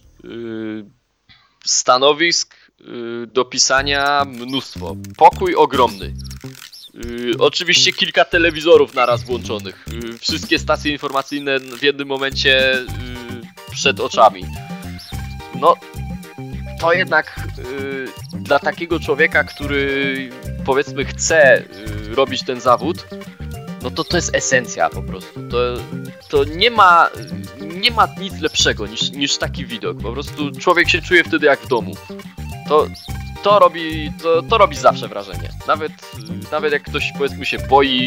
stanowisk do pisania mnóstwo, pokój ogromny, oczywiście kilka telewizorów naraz włączonych, wszystkie stacje informacyjne w jednym momencie przed oczami. No to jednak dla takiego człowieka, który powiedzmy chce robić ten zawód, no to jest esencja po prostu. To nie ma nic lepszego niż taki widok. Po prostu człowiek się czuje wtedy jak w domu. To robi zawsze wrażenie. Nawet jak ktoś powiedzmy się boi,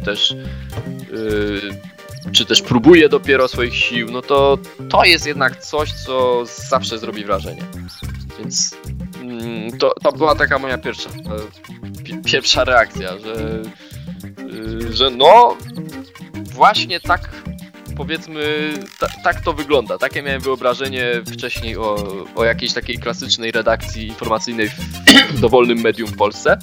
czy też próbuje dopiero swoich sił, no to jest jednak coś, co zawsze zrobi wrażenie. Więc to była taka moja pierwsza reakcja, że no właśnie tak powiedzmy, tak to wygląda. Takie miałem wyobrażenie wcześniej o jakiejś takiej klasycznej redakcji informacyjnej w dowolnym medium w Polsce,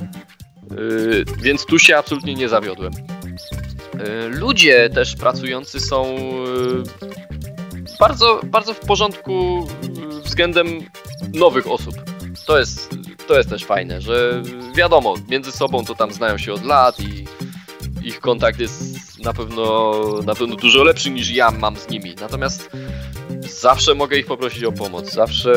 więc tu się absolutnie nie zawiodłem. Ludzie też pracujący są bardzo, bardzo w porządku względem nowych osób. To jest też fajne, że wiadomo, między sobą to tam znają się od lat i ich kontakt jest na pewno dużo lepszy niż ja mam z nimi. Natomiast zawsze mogę ich poprosić o pomoc, zawsze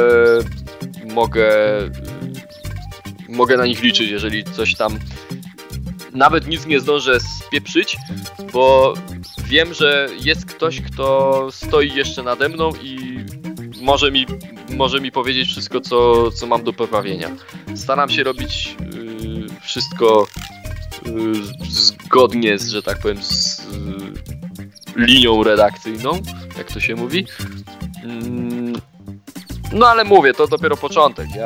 mogę na nich liczyć, jeżeli coś tam nawet nic nie zdążę spieprzyć, bo wiem, że jest ktoś, kto stoi jeszcze nade mną i może mi powiedzieć wszystko, co mam do poprawienia. Staram się robić wszystko zgodnie z, że tak powiem, z linią redakcyjną, jak to się mówi. No ale mówię, to dopiero początek. Ja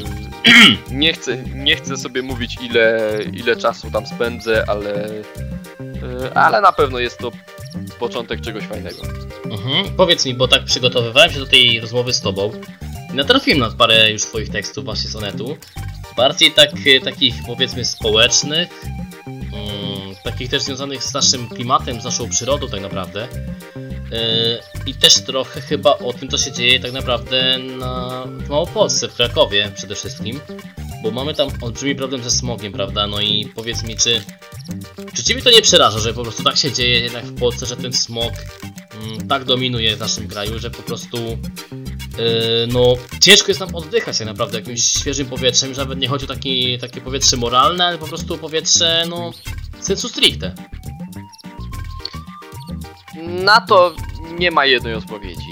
nie chcę sobie mówić ile czasu tam spędzę, ale na pewno jest to początek czegoś fajnego. Powiedz mi, bo tak przygotowywałem się do tej rozmowy z tobą i natrafiłem na parę już twoich tekstów właśnie z Onetu. Bardziej takich powiedzmy społecznych, takich też związanych z naszym klimatem, z naszą przyrodą tak naprawdę. I też trochę chyba o tym, co się dzieje tak naprawdę w Małopolsce, w Krakowie przede wszystkim, bo mamy tam olbrzymi problem ze smogiem, prawda? No i powiedz mi, czy ciebie to nie przeraża, że po prostu tak się dzieje jednak w Polsce, że ten smog tak dominuje w naszym kraju, że po prostu no ciężko jest nam oddychać tak naprawdę jakimś świeżym powietrzem, że nawet nie chodzi o takie powietrze moralne, ale po prostu powietrze, no sensu stricte. na to nie ma jednej odpowiedzi.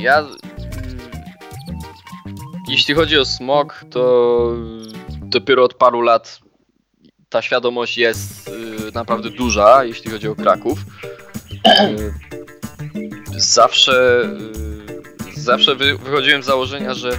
Jeśli chodzi o smog, to dopiero od paru lat ta świadomość jest naprawdę duża, jeśli chodzi o Kraków. Zawsze wychodziłem z założenia, że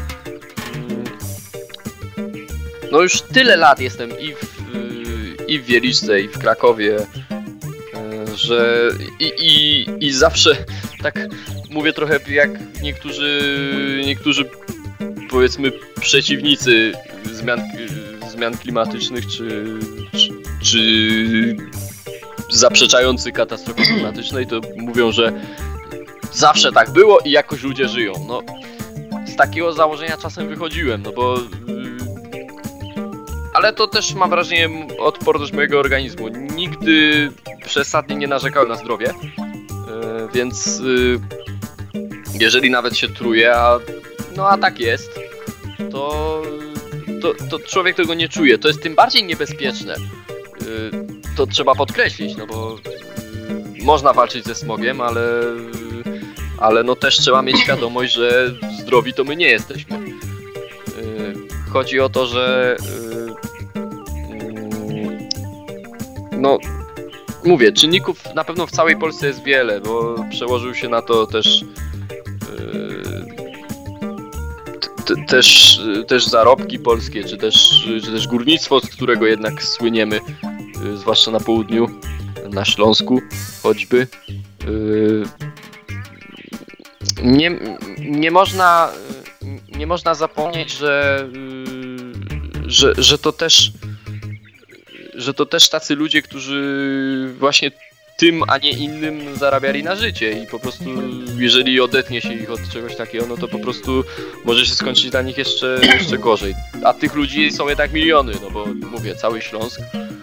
no już tyle lat jestem i w Wieliczce, i w Krakowie, że i zawsze tak mówię trochę jak niektórzy powiedzmy przeciwnicy zmian klimatycznych czy zaprzeczający katastrofie klimatycznej, to mówią, że zawsze tak było i jakoś ludzie żyją. No, z takiego założenia czasem wychodziłem, no bo ale to też mam wrażenie odporność mojego organizmu. Nigdy przesadnie nie narzekałem na zdrowie, więc jeżeli nawet się truję, a tak jest, to człowiek tego nie czuje. To jest tym bardziej niebezpieczne. To trzeba podkreślić, no bo można walczyć ze smogiem, ale no też trzeba mieć świadomość, że zdrowi to my nie jesteśmy. Chodzi o to, że no mówię, czynników na pewno w całej Polsce jest wiele, bo przełożył się na to też zarobki polskie, czy też górnictwo, z którego jednak słyniemy, zwłaszcza na południu, na Śląsku choćby. Nie można zapomnieć, że to też tacy ludzie, którzy właśnie tym, a nie innym zarabiali na życie i po prostu jeżeli odetnie się ich od czegoś takiego, no to po prostu może się skończyć dla nich jeszcze gorzej. A tych ludzi są jednak miliony, no bo mówię, cały Śląsk,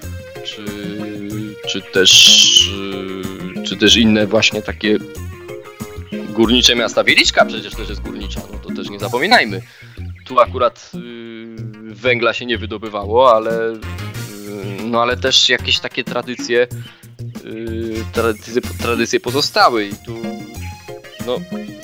czy też inne właśnie takie górnicze miasta. Wieliczka przecież też jest górnicza, no to też nie zapominajmy. Tu akurat węgla się nie wydobywało, ale też jakieś takie tradycje pozostały i tu no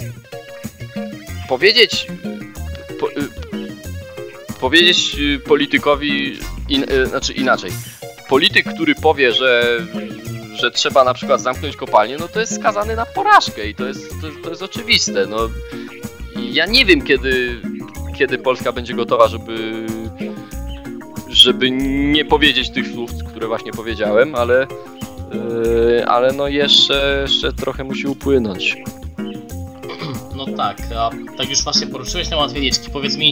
powiedzieć politykowi znaczy inaczej. Polityk, który powie, że trzeba na przykład zamknąć kopalnię, no to jest skazany na porażkę i to jest oczywiste. No, ja nie wiem kiedy Polska będzie gotowa, żeby nie powiedzieć tych słów, które właśnie powiedziałem, ale no jeszcze trochę musi upłynąć. No tak, a tak już właśnie poruszyłeś temat Wieliczki. Powiedz mi,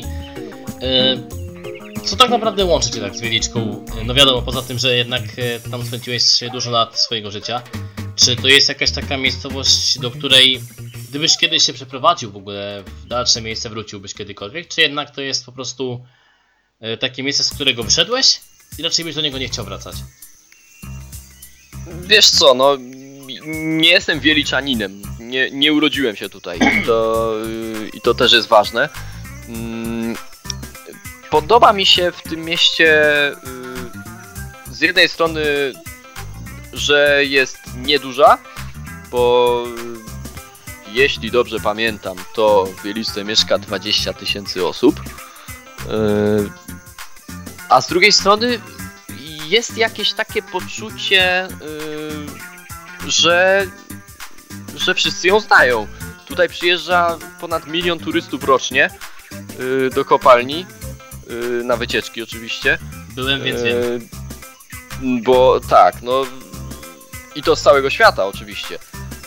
co tak naprawdę łączy Cię tak z Wieliczką? No wiadomo, poza tym, że jednak tam spędziłeś dużo lat swojego życia. Czy to jest jakaś taka miejscowość, do której gdybyś kiedyś się przeprowadził w ogóle w dalsze miejsce, wróciłbyś kiedykolwiek? Czy jednak to jest po prostu takie miejsce, z którego wyszedłeś i raczej byś do niego nie chciał wracać? Wiesz co, no nie jestem Wieliczaninem, nie urodziłem się tutaj i to też jest ważne. Podoba mi się w tym mieście z jednej strony, że jest nieduża, bo jeśli dobrze pamiętam, to w Wieliczce mieszka 20 000 osób, a z drugiej strony jest jakieś takie poczucie, że wszyscy ją znają. Tutaj przyjeżdża ponad 1 000 000 turystów rocznie do kopalni, na wycieczki oczywiście. Byłem, więc wiem. Bo tak, no i to z całego świata oczywiście.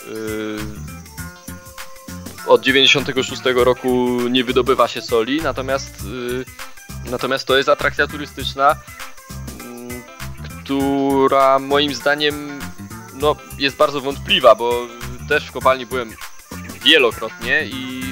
Od 96 roku nie wydobywa się soli, natomiast to jest atrakcja turystyczna, która moim zdaniem no, jest bardzo wątpliwa, bo też w kopalni byłem wielokrotnie i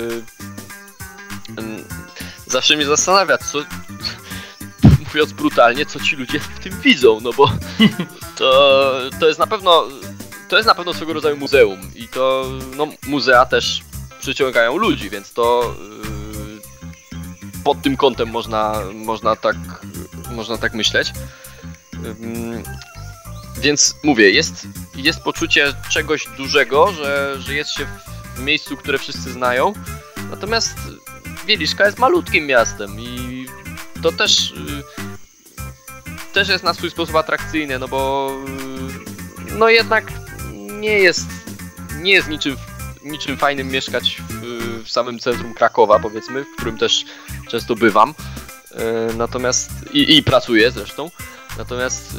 zawsze mnie zastanawia, co, mówiąc brutalnie, co ci ludzie w tym widzą, no bo to jest na pewno swego rodzaju muzeum i to no, muzea też przyciągają ludzi, więc to pod tym kątem można tak myśleć. Więc mówię, jest poczucie czegoś dużego, że jest się w miejscu, które wszyscy znają. Natomiast Wieliczka jest malutkim miastem i to też jest na swój sposób atrakcyjne, no bo no jednak nie jest niczym fajnym mieszkać w samym centrum Krakowa, powiedzmy, w którym też często bywam. Natomiast i pracuję zresztą. Natomiast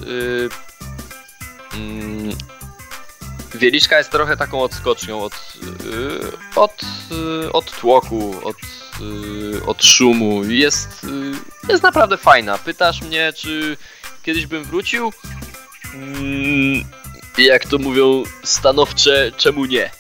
Wieliczka jest trochę taką odskocznią od tłoku, od szumu. Jest naprawdę fajna. Pytasz mnie, czy kiedyś bym wrócił? Jak to mówią stanowcze, czemu nie?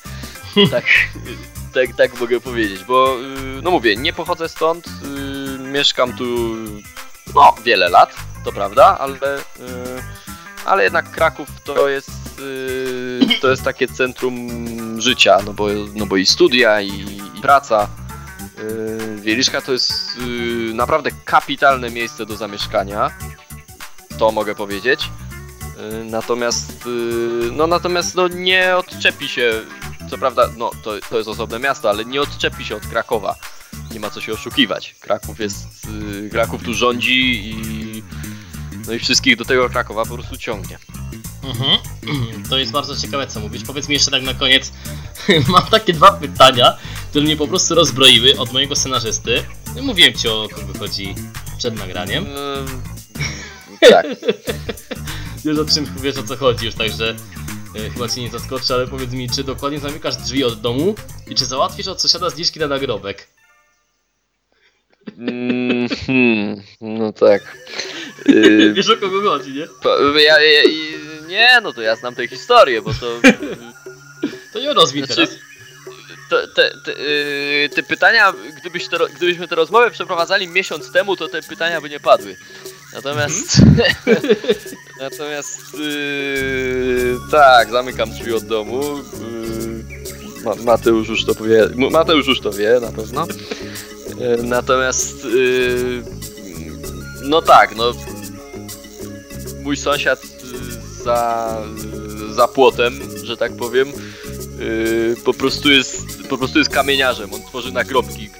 Tak mogę powiedzieć, bo no mówię, nie pochodzę stąd, mieszkam tu no wiele lat, to prawda, ale jednak Kraków to jest takie centrum życia, no bo i studia, i praca. Wieliczka to jest naprawdę kapitalne miejsce do zamieszkania, to mogę powiedzieć. Natomiast nie odczepi się, co prawda, no to jest osobne miasto, ale nie odczepi się od Krakowa. Nie ma co się oszukiwać. Kraków tu rządzi i wszystkich do tego Krakowa po prostu ciągnie. To jest bardzo ciekawe, co mówisz. Powiedz mi jeszcze tak na koniec, mam takie 2 pytania, które mnie po prostu rozbroiły od mojego scenarzysty. Mówiłem ci, o kogo chodzi przed nagraniem. Tak. Wiesz o co chodzi już, także chyba cię nie zaskoczy, ale powiedz mi, czy dokładnie zamykasz drzwi od domu i czy załatwisz od sąsiada zniżki na nagrobek? No tak. Wiesz o kogo chodzi, nie? Nie, no to ja znam tę historię, bo to... To ją rozwij teraz. Te pytania, gdybyśmy tę rozmowę przeprowadzali miesiąc temu, to te pytania by nie padły. Natomiast... tak, zamykam drzwi od domu. Mateusz już to wie na pewno. Natomiast no tak, no mój sąsiad za płotem, że tak powiem, po prostu jest kamieniarzem. On tworzy nagrobki,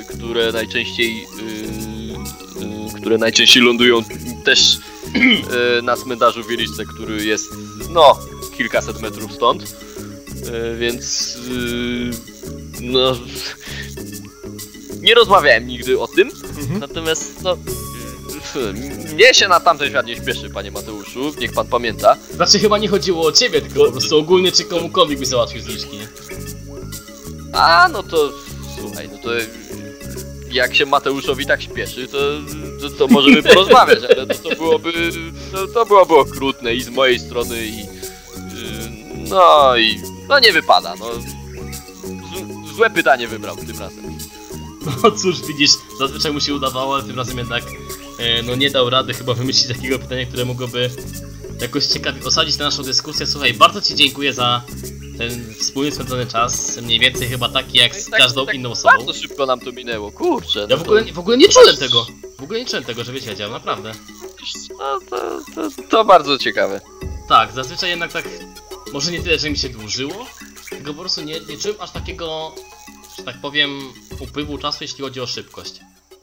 które najczęściej lądują też na cmentarzu w Wieliczce, który jest no kilkaset metrów stąd, więc no nie rozmawiałem nigdy o tym, natomiast no mnie się na tamten świat nie śpieszy, panie Mateuszu, niech pan pamięta. Znaczy chyba nie chodziło o ciebie, tylko po prostu ogólnie czy komukolwiek by załatwił zniżki, nie? A no to słuchaj, no to jak się Mateuszowi tak śpieszy, to możemy porozmawiać, ale to byłoby okrutne i z mojej strony i no nie wypada, no złe pytanie wybrał tym razem. No cóż, widzisz, zazwyczaj mu się udawało, ale tym razem jednak no nie dał rady chyba wymyślić takiego pytania, które mogłoby jakoś ciekawie osadzić na naszą dyskusję. Słuchaj, bardzo ci dziękuję za ten wspólnie spędzony czas, mniej więcej chyba taki jak z każdą inną osobą. Bardzo szybko nam to minęło, kurczę. Ja w ogóle nie czułem tego. W ogóle nie czułem tego, że wiedział, naprawdę. No to bardzo ciekawe. Tak, zazwyczaj jednak tak, może nie tyle, że mi się dłużyło, tylko po prostu nie czułem aż takiego, że tak powiem, upływu czasu, jeśli chodzi o szybkość.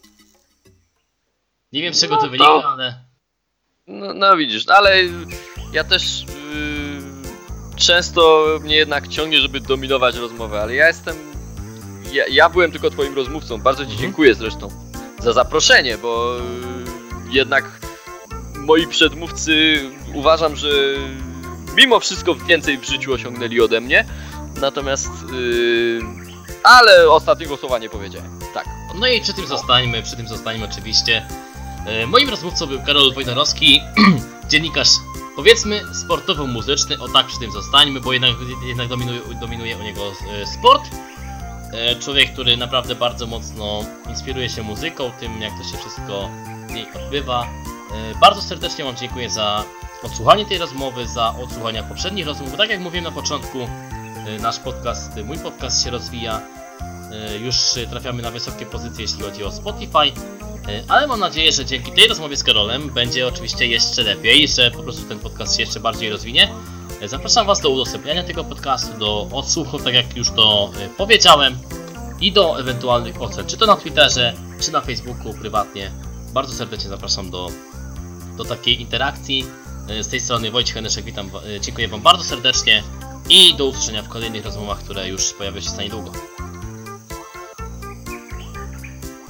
Nie wiem z czego to wynika, ale... No widzisz, ale ja też często mnie jednak ciągnie, żeby dominować rozmowę, ale ja byłem tylko twoim rozmówcą. Bardzo ci dziękuję zresztą za zaproszenie, bo jednak moi przedmówcy uważam, że mimo wszystko więcej w życiu osiągnęli ode mnie, natomiast ale ostatniego słowa nie powiedziałem. Tak. No i przy tym zostańmy oczywiście. Moim rozmówcą był Karol Wojnarowski, dziennikarz, powiedzmy, sportowo-muzyczny, o tak przy tym zostańmy, bo jednak dominuje u niego sport. Człowiek, który naprawdę bardzo mocno inspiruje się muzyką, tym jak to się wszystko w niej odbywa. Bardzo serdecznie wam dziękuję za odsłuchanie tej rozmowy, za odsłuchanie poprzednich rozmów. Tak jak mówiłem na początku, mój podcast się rozwija. Już trafiamy na wysokie pozycje, jeśli chodzi o Spotify. Ale mam nadzieję, że dzięki tej rozmowie z Karolem będzie oczywiście jeszcze lepiej, że po prostu ten podcast się jeszcze bardziej rozwinie. Zapraszam Was do udostępniania tego podcastu, do odsłuchu, tak jak już to powiedziałem, i do ewentualnych ocen, czy to na Twitterze, czy na Facebooku prywatnie. Bardzo serdecznie zapraszam do takiej interakcji. Z tej strony Wojciech Heneszek, witam, dziękuję Wam bardzo serdecznie i do usłyszenia w kolejnych rozmowach, które już pojawią się za niedługo.